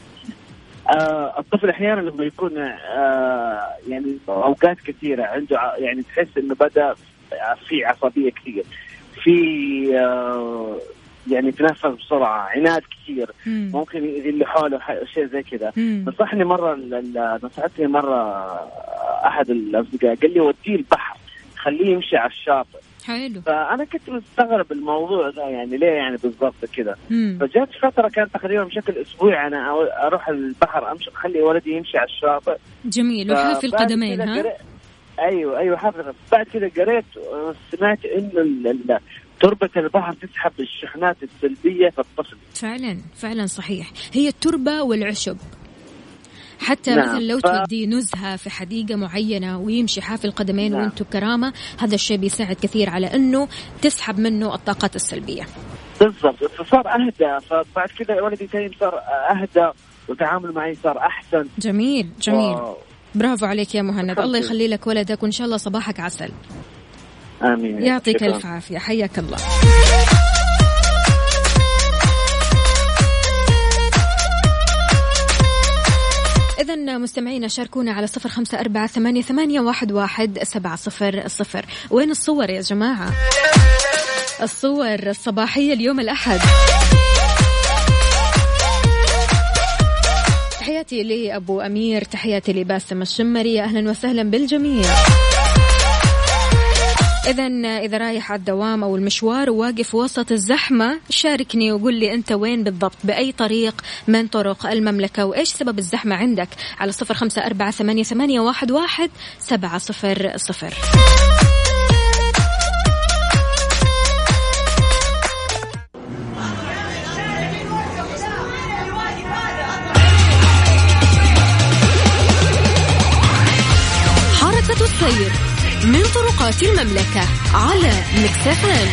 آه الطفل احيانا لما يكون آه يعني اوقات كثيره عنده يعني تحس انه بدا في عصبيه كثير، في آه يعني تنفس بسرعه، عناد كثير، مم. ممكن يأذي اللي حوله شيء زي كذا. نصحني مره نصحتني مره احد الاصدقاء قال لي وديه البحر خليه يمشي على الشاطئ. حلو. فأنا كنت مستغرب الموضوع ده يعني ليه يعني بالضبط كده. فجات فترة كانت تقريبا بشكل أسبوعي أنا أروح البحر أمشي أخلي ولدي يمشي على الشاطئ. جميل. وحافي القدمين ها؟ قريت... أيوة أيوة حافي. بعد كده قريت سمعت إنه تربة البحر تسحب الشحنات السلبية في الطفل. فعلا فعلا صحيح، هي التربة والعشب. حتى نعم. مثلا لو ف... تودي نزهة في حديقة معينة ويمشي حافي القدمين نعم. وانتو كرامة، هذا الشيء بيساعد كثير على انه تسحب منه الطاقات السلبية. بالضبط. فصار اهدى، فبعد كذا ولدي تايم صار اهدى وتعامل معي صار احسن. جميل جميل و... برافو عليك يا مهند. الله يخلي لك ولدك وان شاء الله صباحك عسل. امين. يعطيك الف عافية، حياك الله. إذن مستمعينا شاركونا على صفر خمسة أربعة ثمانية ثمانية واحد واحد سبعة صفر صفر. وين الصور يا جماعة؟ الصور الصباحية اليوم الأحد. تحياتي لأبو أمير، تحياتي لباسم الشمري، أهلا وسهلا بالجميع. إذن إذا رايح على الدوام أو المشوار وواقف وسط الزحمة شاركني وقول لي أنت وين بالضبط، بأي طريق من طرق المملكة، وإيش سبب الزحمة عندك على صفر خمسة أربعة ثمانية ثمانية واحد واحد سبعة صفر صفر. السير من طرقات المملكة على ميكس إف إم.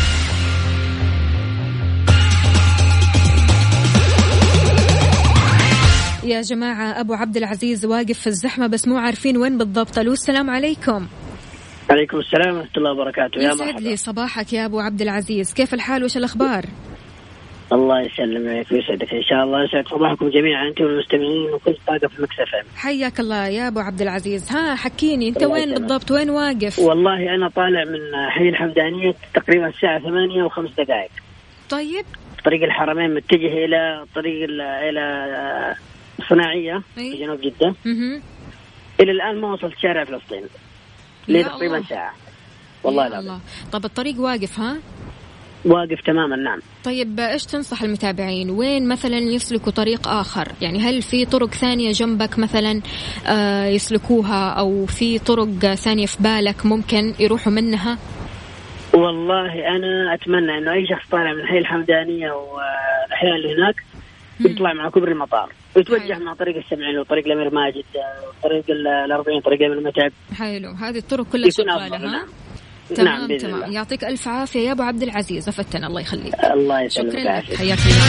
يا جماعة أبو عبد العزيز واقف في الزحمة بس مو عارفين وين بالضبط. ألو السلام عليكم. عليكم السلام ورحمة الله وبركاته. يا يسعد لي صباحك يا أبو عبد العزيز، كيف الحال وش الأخبار؟ الله يسلمك ويسعدك إن شاء الله. يسعد صباحكم جميعا أنتم المستمعين وكل طاقة في ميكس إف إم. حياك الله يا أبو عبد العزيز. ها حكيني أنت وين بالضبط، وين واقف؟ والله أنا طالع من حي الحمدانية تقريبا الساعة ثمانية وخمس دقائق. طيب. طريق الحرمين متجه إلى طريق إلى صناعية في جنوب جدة. مه. إلى الآن ما وصلت شارع فلسطين لي تقريبا ساعة والله لا الله. طب الطريق واقف؟ ها واقف تماما. نعم. طيب إيش تنصح المتابعين، وين مثلا يسلكوا طريق آخر؟ يعني هل في طرق ثانية جنبك مثلا آه يسلكوها، أو في طرق ثانية في بالك ممكن يروحوا منها؟ والله أنا أتمنى إنه أي شخص طالع من حي الحمدانية والأحياء اللي هناك يطلع مع كبر المطار ويتوجه مع طريق السبعين وطريق الأمير ماجد وطريق الأربعين طريق الأمير متعب. حلو، هذه الطرق كلها شغالة. ها تمام. نعم تمام. الله. يعطيك ألف عافية يا أبو عبد العزيز، أفتنا الله يخليك. الله يسلمك. شكرا لك، حياك الله.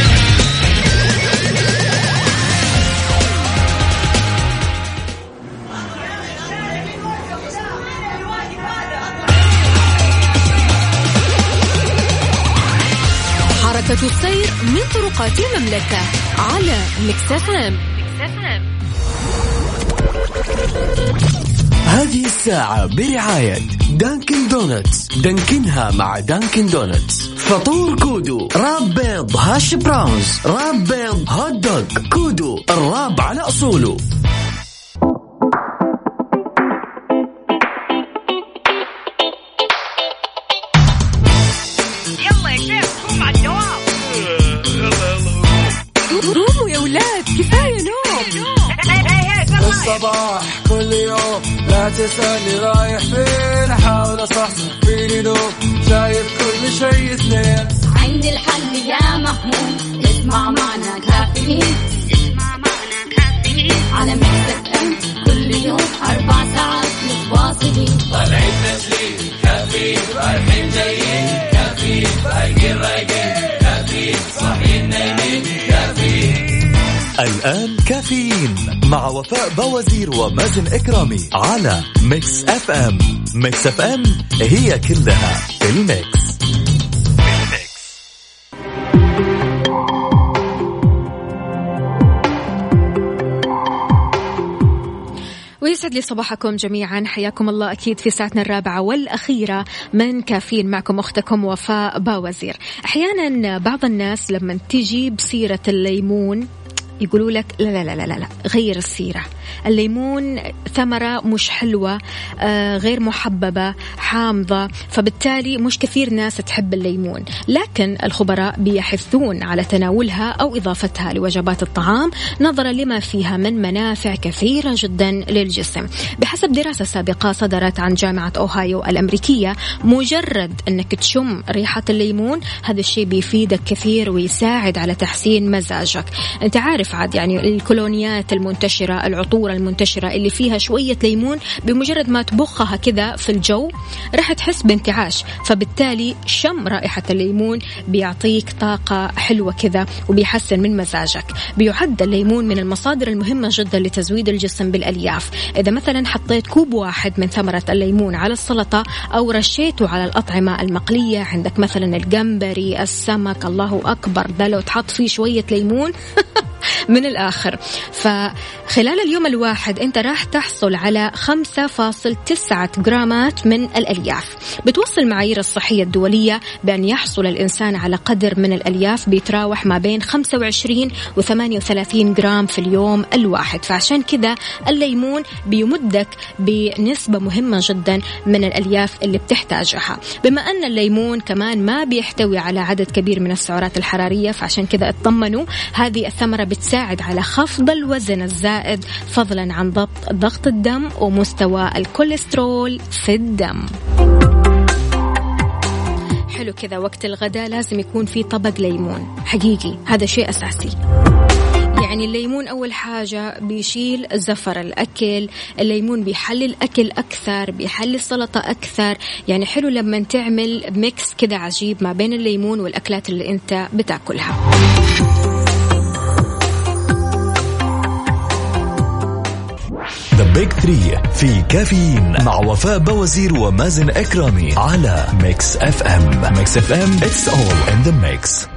حركة السير من طرقات المملكة على ميكس إف إم. هذه الساعة برعاية دانكن دونتس. دانكنها مع دانكن دونتس. فطور كودو، راب بيض هاش براونز، راب بيض هوت دوغ. كودو الراب على أصوله. يلا يا شيخ قوم على الدوام. قوموا يا ولاد كفاية نوم. الصباح كل يوم لا تسألني رايح فين، أحاول أصحصح فيني نوم شايف كل شيء اثنين. عندي الحل يا محمود، اسمع معنا كافيين. اسمع معنا كافيين على ميكس إف إم كل يوم أربع ساعات متواصلين. طالعين تسليم كافيين، رايحين جايين كافيين، فايقين رايقين كافيين، صاحيين نايمين كافيين. الآن كافيين مع وفاء بوازير ومازن إكرامي على ميكس إف إم. ميكس إف إم هي كلها في الميكس. ويسعد لي صباحكم جميعا، حياكم الله أكيد في ساعتنا الرابعة والأخيرة من كافيين، معكم أختكم وفاء باوزير. أحيانا بعض الناس لما تجيب سيرة الليمون يقولوا لك لا لا لا لا لا غير السيرة، الليمون ثمرة مش حلوة، آه غير محببة، حامضة، فبالتالي مش كثير ناس تحب الليمون. لكن الخبراء بيحثون على تناولها أو إضافتها لوجبات الطعام نظرا لما فيها من منافع كثيرة جدا للجسم. بحسب دراسة سابقة صدرت عن جامعة أوهايو الأمريكية، مجرد أنك تشم ريحة الليمون هذا الشيء بيفيدك كثير ويساعد على تحسين مزاجك. أنت عارف عاد يعني الكولونيات المنتشرة، العطور المنتشرة اللي فيها شوية ليمون بمجرد ما تبخها كذا في الجو راح تحس بانتعاش، فبالتالي شم رائحة الليمون بيعطيك طاقة حلوة كذا وبيحسن من مزاجك. بيعد الليمون من المصادر المهمة جدا لتزويد الجسم بالألياف. إذا مثلا حطيت كوب واحد من ثمرة الليمون على السلطة أو رشيته على الأطعمة المقلية، عندك مثلا الجمبري، السمك، الله أكبر ده لو تحط فيه شوية ليمون من الآخر. فخلال اليوم الواحد أنت راح تحصل على خمسة فاصلة تسعة جرامات من الألياف. بتوصل المعايير الصحية الدولية بأن يحصل الإنسان على قدر من الألياف بيتراوح ما بين خمسة وعشرين و ثمانية وثلاثين جرام في اليوم الواحد. فعشان كذا الليمون بيمدك بنسبة مهمة جدا من الألياف اللي بتحتاجها. بما أن الليمون كمان ما بيحتوي على عدد كبير من السعرات الحرارية، فعشان كذا اطمنوا هذه الثمرة بتساعد على خفض الوزن الزائد فضلا عن ضبط ضغط الدم ومستوى الكوليسترول في الدم. حلو كذا وقت الغداء لازم يكون في طبق ليمون حقيقي، هذا شيء أساسي. يعني الليمون أول حاجة بيشيل زفر الأكل، الليمون بيحلي الأكل أكثر، بيحلي السلطة أكثر. يعني حلو لما تعمل ميكس كده عجيب ما بين الليمون والأكلات اللي أنت بتاكلها. The Big Three في كافيين مع وفاء بوزير ومازن إكرامي على ميكس اف ام. ميكس اف ام it's all in the mix.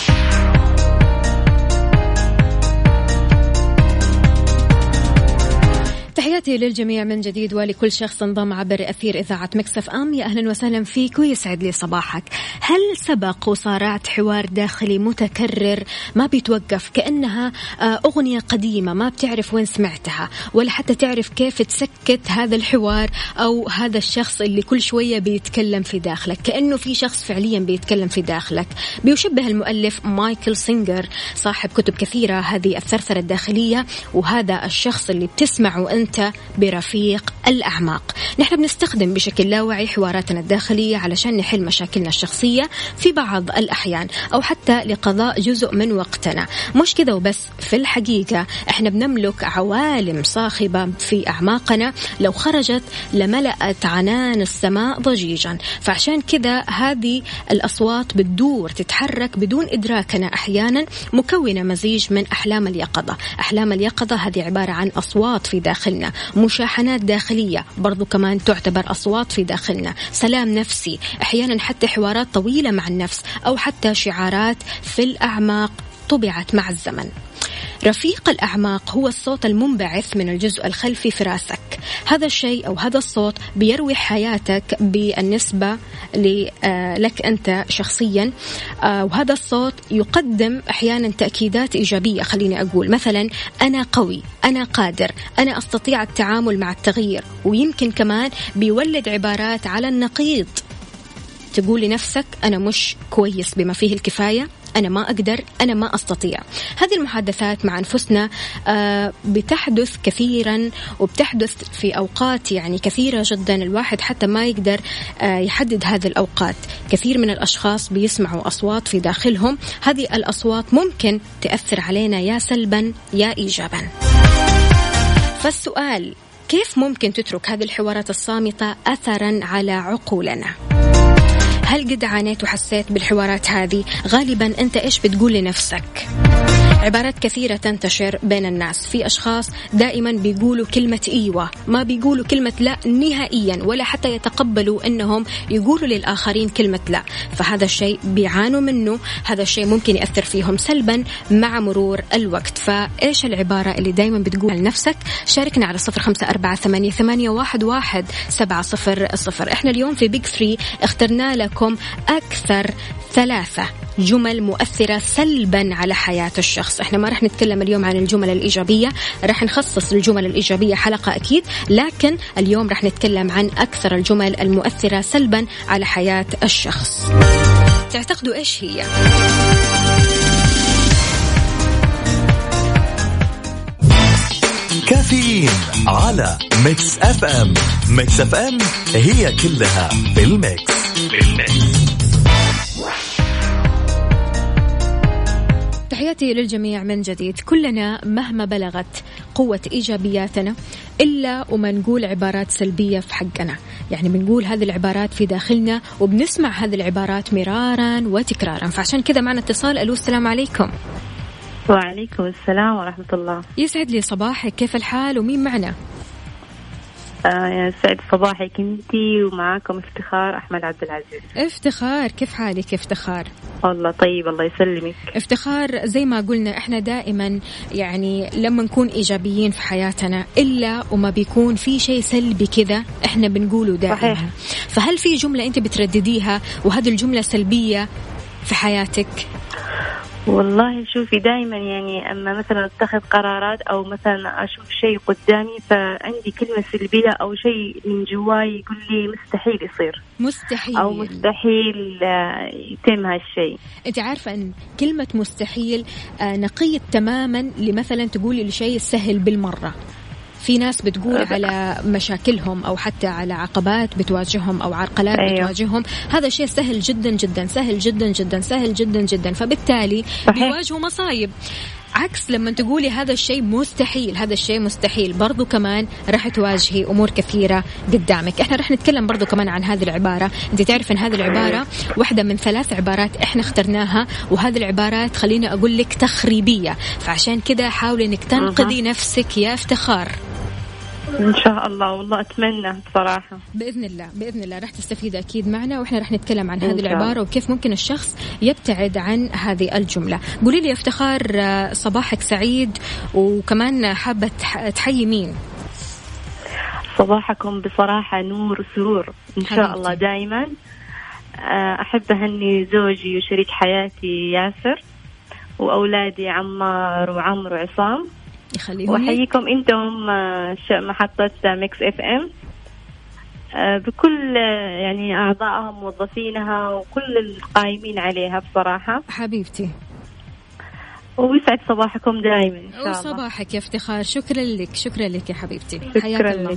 تحياتي للجميع من جديد ولكل شخص انضم عبر أثير إذاعة ميكس اف ام. يا أهلا وسهلا فيك ويسعد لي صباحك. هل سبق وصارعت حوار داخلي متكرر ما بيتوقف، كأنها أغنية قديمة ما بتعرف وين سمعتها ولا حتى تعرف كيف تسكت هذا الحوار أو هذا الشخص اللي كل شوية بيتكلم في داخلك، كأنه في شخص فعليا بيتكلم في داخلك. بيشبه المؤلف مايكل سينجر صاحب كتب كثيرة هذه الثرثرة الداخلية، وهذا الشخص اللي بتسمعه أنت برفيق الأعماق. نحن بنستخدم بشكل لا واعي حواراتنا الداخلية علشان نحل مشاكلنا الشخصية في بعض الأحيان، أو حتى لقضاء جزء من وقتنا. مش كذا وبس، في الحقيقة احنا بنملك عوالم صاخبة في أعماقنا لو خرجت لملأت عنان السماء ضجيجا. فعشان كذا هذه الأصوات بتدور تتحرك بدون إدراكنا أحيانا، مكونة مزيج من أحلام اليقظة. أحلام اليقظة هذه عبارة عن أصوات في داخلنا، مشاحنات داخلية برضو كمان تعتبر أصوات في داخلنا، سلام نفسي، أحيانا حتى حوارات طويلة مع النفس، أو حتى شعارات في الأعماق طبعت مع الزمن. رفيق الأعماق هو الصوت المنبعث من الجزء الخلفي في رأسك. هذا الشيء أو هذا الصوت بيروي حياتك بالنسبة لك أنت شخصيا، وهذا الصوت يقدم أحيانا تأكيدات إيجابية. خليني أقول مثلا أنا قوي، أنا قادر، أنا أستطيع التعامل مع التغيير. ويمكن كمان بيولد عبارات على النقيض، تقول لنفسك أنا مش كويس بما فيه الكفاية، أنا ما أقدر، أنا ما أستطيع. هذه المحادثات مع أنفسنا بتحدث كثيرا، وبتحدث في أوقات يعني كثيرة جدا الواحد حتى ما يقدر يحدد هذه الأوقات. كثير من الأشخاص بيسمعوا أصوات في داخلهم، هذه الأصوات ممكن تأثر علينا يا سلبا يا إيجابا. فالسؤال، كيف ممكن تترك هذه الحوارات الصامتة أثرا على عقولنا؟ هل قد عانيت وحسيت بالحوارات هذه؟ غالبا أنت إيش بتقول لنفسك؟ عبارات كثيرة تنتشر بين الناس. في أشخاص دائما بيقولوا كلمة إيوة، ما بيقولوا كلمة لا نهائيا، ولا حتى يتقبلوا أنهم يقولوا للآخرين كلمة لا. فهذا الشيء بيعانوا منه، هذا الشيء ممكن يأثر فيهم سلبا مع مرور الوقت. فإيش العبارة اللي دايما بتقول لنفسك؟ شاركنا على صفر خمسة أربعة ثمانية ثمانية واحد واحد سبعة صفر صفر. إحنا اليوم في بيج ثري اخترنا لكم أكثر ثلاثة جمل مؤثرة سلبا على حياة الشخص. احنا ما رح نتكلم اليوم عن الجمل الإيجابية، رح نخصص الجمل الإيجابية حلقة أكيد، لكن اليوم رح نتكلم عن أكثر الجمل المؤثرة سلبا على حياة الشخص. تعتقدوا إيش هي؟ كافيين على ميكس اف ام. ميكس اف ام هي كلها بالميكس. بالميكس. تحياتي للجميع من جديد. كلنا مهما بلغت قوة إيجابياتنا إلا وما نقول عبارات سلبية في حقنا، يعني بنقول هذه العبارات في داخلنا وبنسمع هذه العبارات مرارا وتكرارا. فعشان كذا معنا اتصال. ألو، السلام عليكم. وعليكم السلام ورحمة الله. يسعد لي صباحك، كيف الحال ومين معنا؟ آه سعد صباحك انتي ومعاكم افتخار أحمد عبد العزيز. افتخار، كيف حالك افتخار؟ والله طيب الله يسلمك. افتخار، زي ما قلنا احنا دائما يعني لما نكون إيجابيين في حياتنا إلا وما بيكون في شيء سلبي كذا احنا بنقوله دائما. صحيح. فهل في جملة انت بتردديها وهذه الجملة سلبية في حياتك؟ والله شوفي دائما يعني أما مثلا أتخذ قرارات أو مثلا أشوف شيء قدامي فعندي كلمة سلبية أو شيء من جواي يقول لي مستحيل يصير، مستحيل أو مستحيل يتم هالشيء. أنت عارفة أن كلمة مستحيل نقية تماما لمثلا تقولي لشيء سهل بالمرة. في ناس بتقول على مشاكلهم أو حتى على عقبات بتواجههم أو عرقلات أيوه. بتواجههم هذا شيء سهل جدا جدا، سهل جدا جدا، سهل جدا جدا، فبالتالي صحيح. بيواجهوا مصايب. عكس لما تقولي هذا الشيء مستحيل، هذا الشيء مستحيل برضو كمان راح تواجهي أمور كثيرة قدامك. احنا راح نتكلم برضو كمان عن هذه العبارة. انت تعرف ان هذه العبارة واحدة من ثلاث عبارات احنا اخترناها، وهذه العبارات خليني أقول لك تخريبية، فعشان كده حاولي انك تنقذي نفسك يا افتخار. إن شاء الله، والله أتمنى بصراحة. بإذن الله بإذن الله راح تستفيد أكيد معنا، وإحنا راح نتكلم عن هذه العبارة وكيف ممكن الشخص يبتعد عن هذه الجملة. قولي لي يا افتخار، صباحك سعيد، وكمان حابة تحيي مين؟ صباحكم بصراحة نور وسرور إن شاء الله دائما. أحب أهني زوجي وشريك حياتي ياسر، وأولادي عمار وعمر وعصام، وأحييكم أنتم محطة ميكس اف ام بكل يعني أعضائها موظفينها وكل القائمين عليها بصراحة. حبيبتي، ويسعد صباحكم دائما إن شاء الله. وصباحك يا افتخار. شكرا لك، شكرا لك يا حبيبتي. شكرا لك.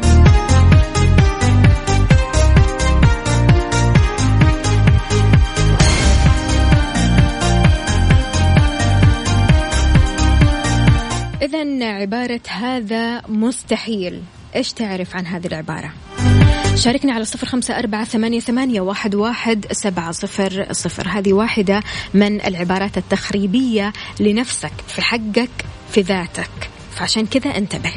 إذن عبارة هذا مستحيل، إيش تعرف عن هذه العبارة؟ شاركنا على صفر خمسة أربعة ثمانية ثمانية واحد واحد سبعة صفر صفر. هذه واحدة من العبارات التخريبية لنفسك، في حقك، في ذاتك، فعشان كذا انتبه.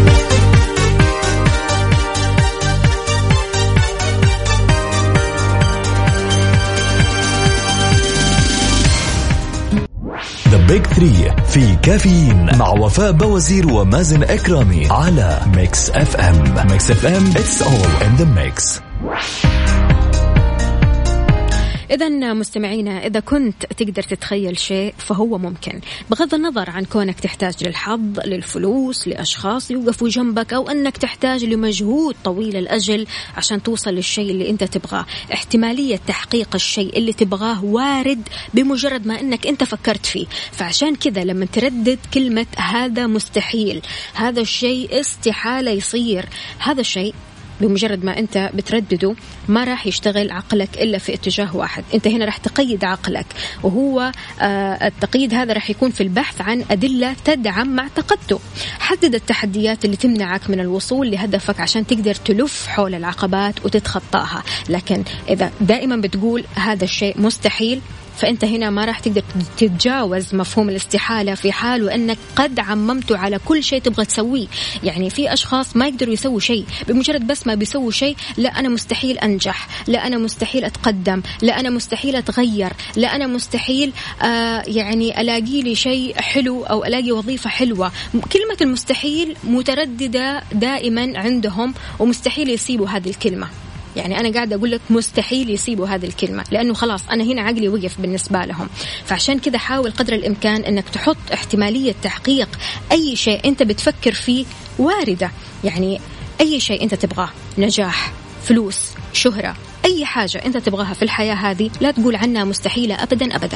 The Big Three في كافيين مع وفاء بوزير ومازن إكرامي على ميكس اف ام. ميكس اف ام it's all in the mix. إذن مستمعينا، إذا كنت تقدر تتخيل شيء فهو ممكن، بغض النظر عن كونك تحتاج للحظ، للفلوس، لأشخاص يوقفوا جنبك، أو أنك تحتاج لمجهود طويل الأجل عشان توصل للشيء اللي أنت تبغاه. احتمالية تحقيق الشيء اللي تبغاه وارد بمجرد ما أنك أنت فكرت فيه. فعشان كذا لما تردد كلمة هذا مستحيل، هذا الشيء استحالة يصير، هذا الشيء بمجرد ما أنت بتردده ما راح يشتغل عقلك إلا في اتجاه واحد. أنت هنا راح تقيد عقلك، وهو آه التقييد هذا راح يكون في البحث عن أدلة تدعم معتقدته. حدد التحديات اللي تمنعك من الوصول لهدفك عشان تقدر تلف حول العقبات وتتخطاها. لكن إذا دائما بتقول هذا الشيء مستحيل، فأنت هنا ما راح تقدر تتجاوز مفهوم الاستحالة في حال وأنك قد عممته على كل شيء تبغى تسويه. يعني في أشخاص ما يقدروا يسووا شيء، بمجرد بس ما بيسووا شيء، لا أنا مستحيل أنجح، لا أنا مستحيل أتقدم، لا أنا مستحيل أتغير، لا أنا مستحيل آه يعني ألاقي لي شيء حلو أو ألاقي وظيفة حلوة. كلمة المستحيل مترددة دائما عندهم، ومستحيل يسيبوا هذه الكلمة. يعني أنا قاعدة أقول لك مستحيل يسيبوا هذه الكلمة، لأنه خلاص أنا هنا عقلي وقف بالنسبة لهم. فعشان كذا حاول قدر الإمكان أنك تحط احتمالية تحقيق أي شيء أنت بتفكر فيه واردة. يعني أي شيء أنت تبغاه، نجاح، فلوس، شهرة، أي حاجة أنت تبغاها في الحياة هذه، لا تقول عنها مستحيلة أبدا أبدا.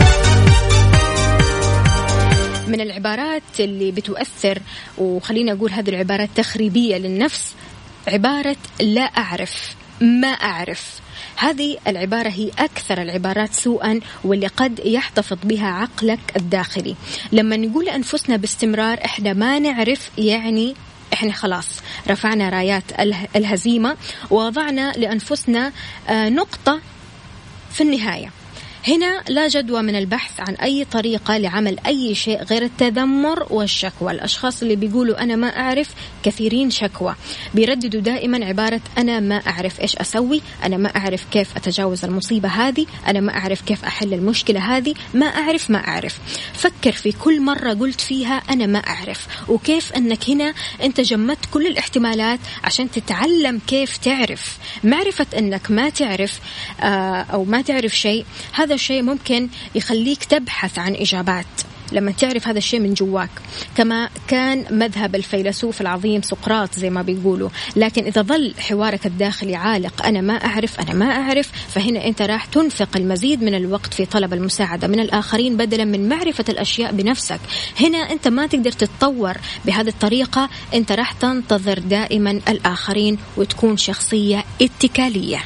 من العبارات اللي بتؤثر، وخلينا أقول هذه العبارات تخريبية للنفس، عبارة لا أعرف، ما أعرف. هذه العبارة هي أكثر العبارات سوءا، واللي قد يحتفظ بها عقلك الداخلي. لما نقول لأنفسنا باستمرار إحنا ما نعرف، يعني إحنا خلاص رفعنا رايات الهزيمة ووضعنا لأنفسنا نقطة في النهاية. هنا لا جدوى من البحث عن أي طريقة لعمل أي شيء غير التذمر والشكوى. الأشخاص اللي بيقولوا أنا ما أعرف كثيرين شكوى، بيرددوا دائما عبارة أنا ما أعرف إيش أسوي، أنا ما أعرف كيف أتجاوز المصيبة هذه، أنا ما أعرف كيف أحل المشكلة هذه، ما أعرف ما أعرف. فكر في كل مرة قلت فيها أنا ما أعرف، وكيف أنك هنا أنت جمدت كل الاحتمالات عشان تتعلم كيف تعرف. معرفة أنك ما تعرف أو ما تعرف شيء، هذا الشيء ممكن يخليك تبحث عن إجابات لما تعرف هذا الشيء من جواك، كما كان مذهب الفيلسوف العظيم سقراط زي ما بيقولوا. لكن إذا ظل حوارك الداخلي عالق أنا ما أعرف أنا ما أعرف، فهنا أنت راح تنفق المزيد من الوقت في طلب المساعدة من الآخرين بدلا من معرفة الأشياء بنفسك. هنا أنت ما تقدر تتطور بهذه الطريقة، أنت راح تنتظر دائما الآخرين وتكون شخصية اتكالية.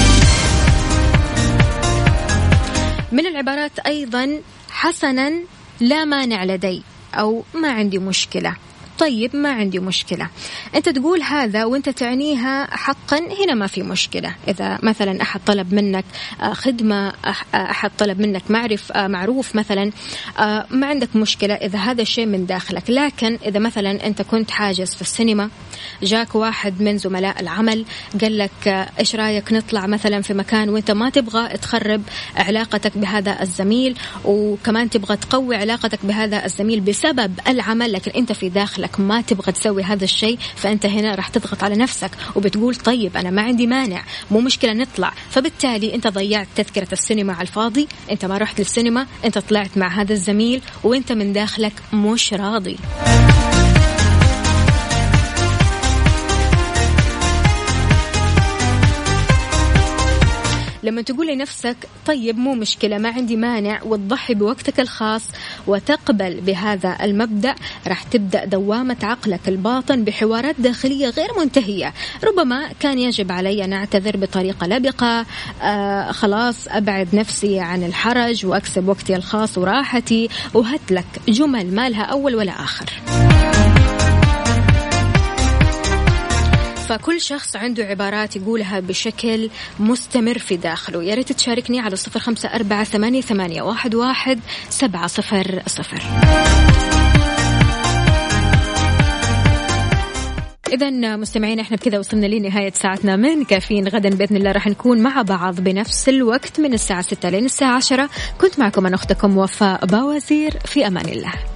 من العبارات أيضا حسنا لا مانع لدي أو ما عندي مشكلة. طيب ما عندي مشكلة، أنت تقول هذا وأنت تعنيها حقا، هنا ما في مشكلة. إذا مثلا أحد طلب منك خدمة، أحد طلب منك معرف معروف مثلا، ما عندك مشكلة إذا هذا الشيء من داخلك. لكن إذا مثلا أنت كنت حاجز في السينما، جاك واحد من زملاء العمل قال لك إيش رأيك نطلع مثلا في مكان، وأنت ما تبغى تخرب علاقتك بهذا الزميل، وكمان تبغى تقوي علاقتك بهذا الزميل بسبب العمل، لكن أنت في داخلك ما تبغى تسوي هذا الشيء، فأنت هنا راح تضغط على نفسك وبتقول طيب أنا ما عندي مانع، مو مشكلة نطلع. فبالتالي أنت ضيعت تذكرة السينما على الفاضي، أنت ما رحت للسينما، أنت طلعت مع هذا الزميل وأنت من داخلك مش راضي. لما تقول لنفسك طيب مو مشكلة ما عندي مانع، وتضحي بوقتك الخاص وتقبل بهذا المبدأ، راح تبدأ دوامة عقلك الباطن بحوارات داخلية غير منتهية. ربما كان يجب علي أن أعتذر بطريقة لبقة، آه خلاص أبعد نفسي عن الحرج وأكسب وقتي الخاص وراحتي، وهتلك جمل ما لها أول ولا آخر. فكل شخص عنده عبارات يقولها بشكل مستمر في داخله. يا ريت تشاركني على صفر خمسة أربعة ثمانية ثمانية واحد واحد سبعة صفر صفر. إذن مستمعين، احنا بكذا وصلنا لنهاية ساعتنا من كافيين. غدا بإذن الله راح نكون مع بعض بنفس الوقت من الساعة ستة لين الساعة عشرة. كنت معكم أنا أختكم وفاء باوزير، في أمان الله.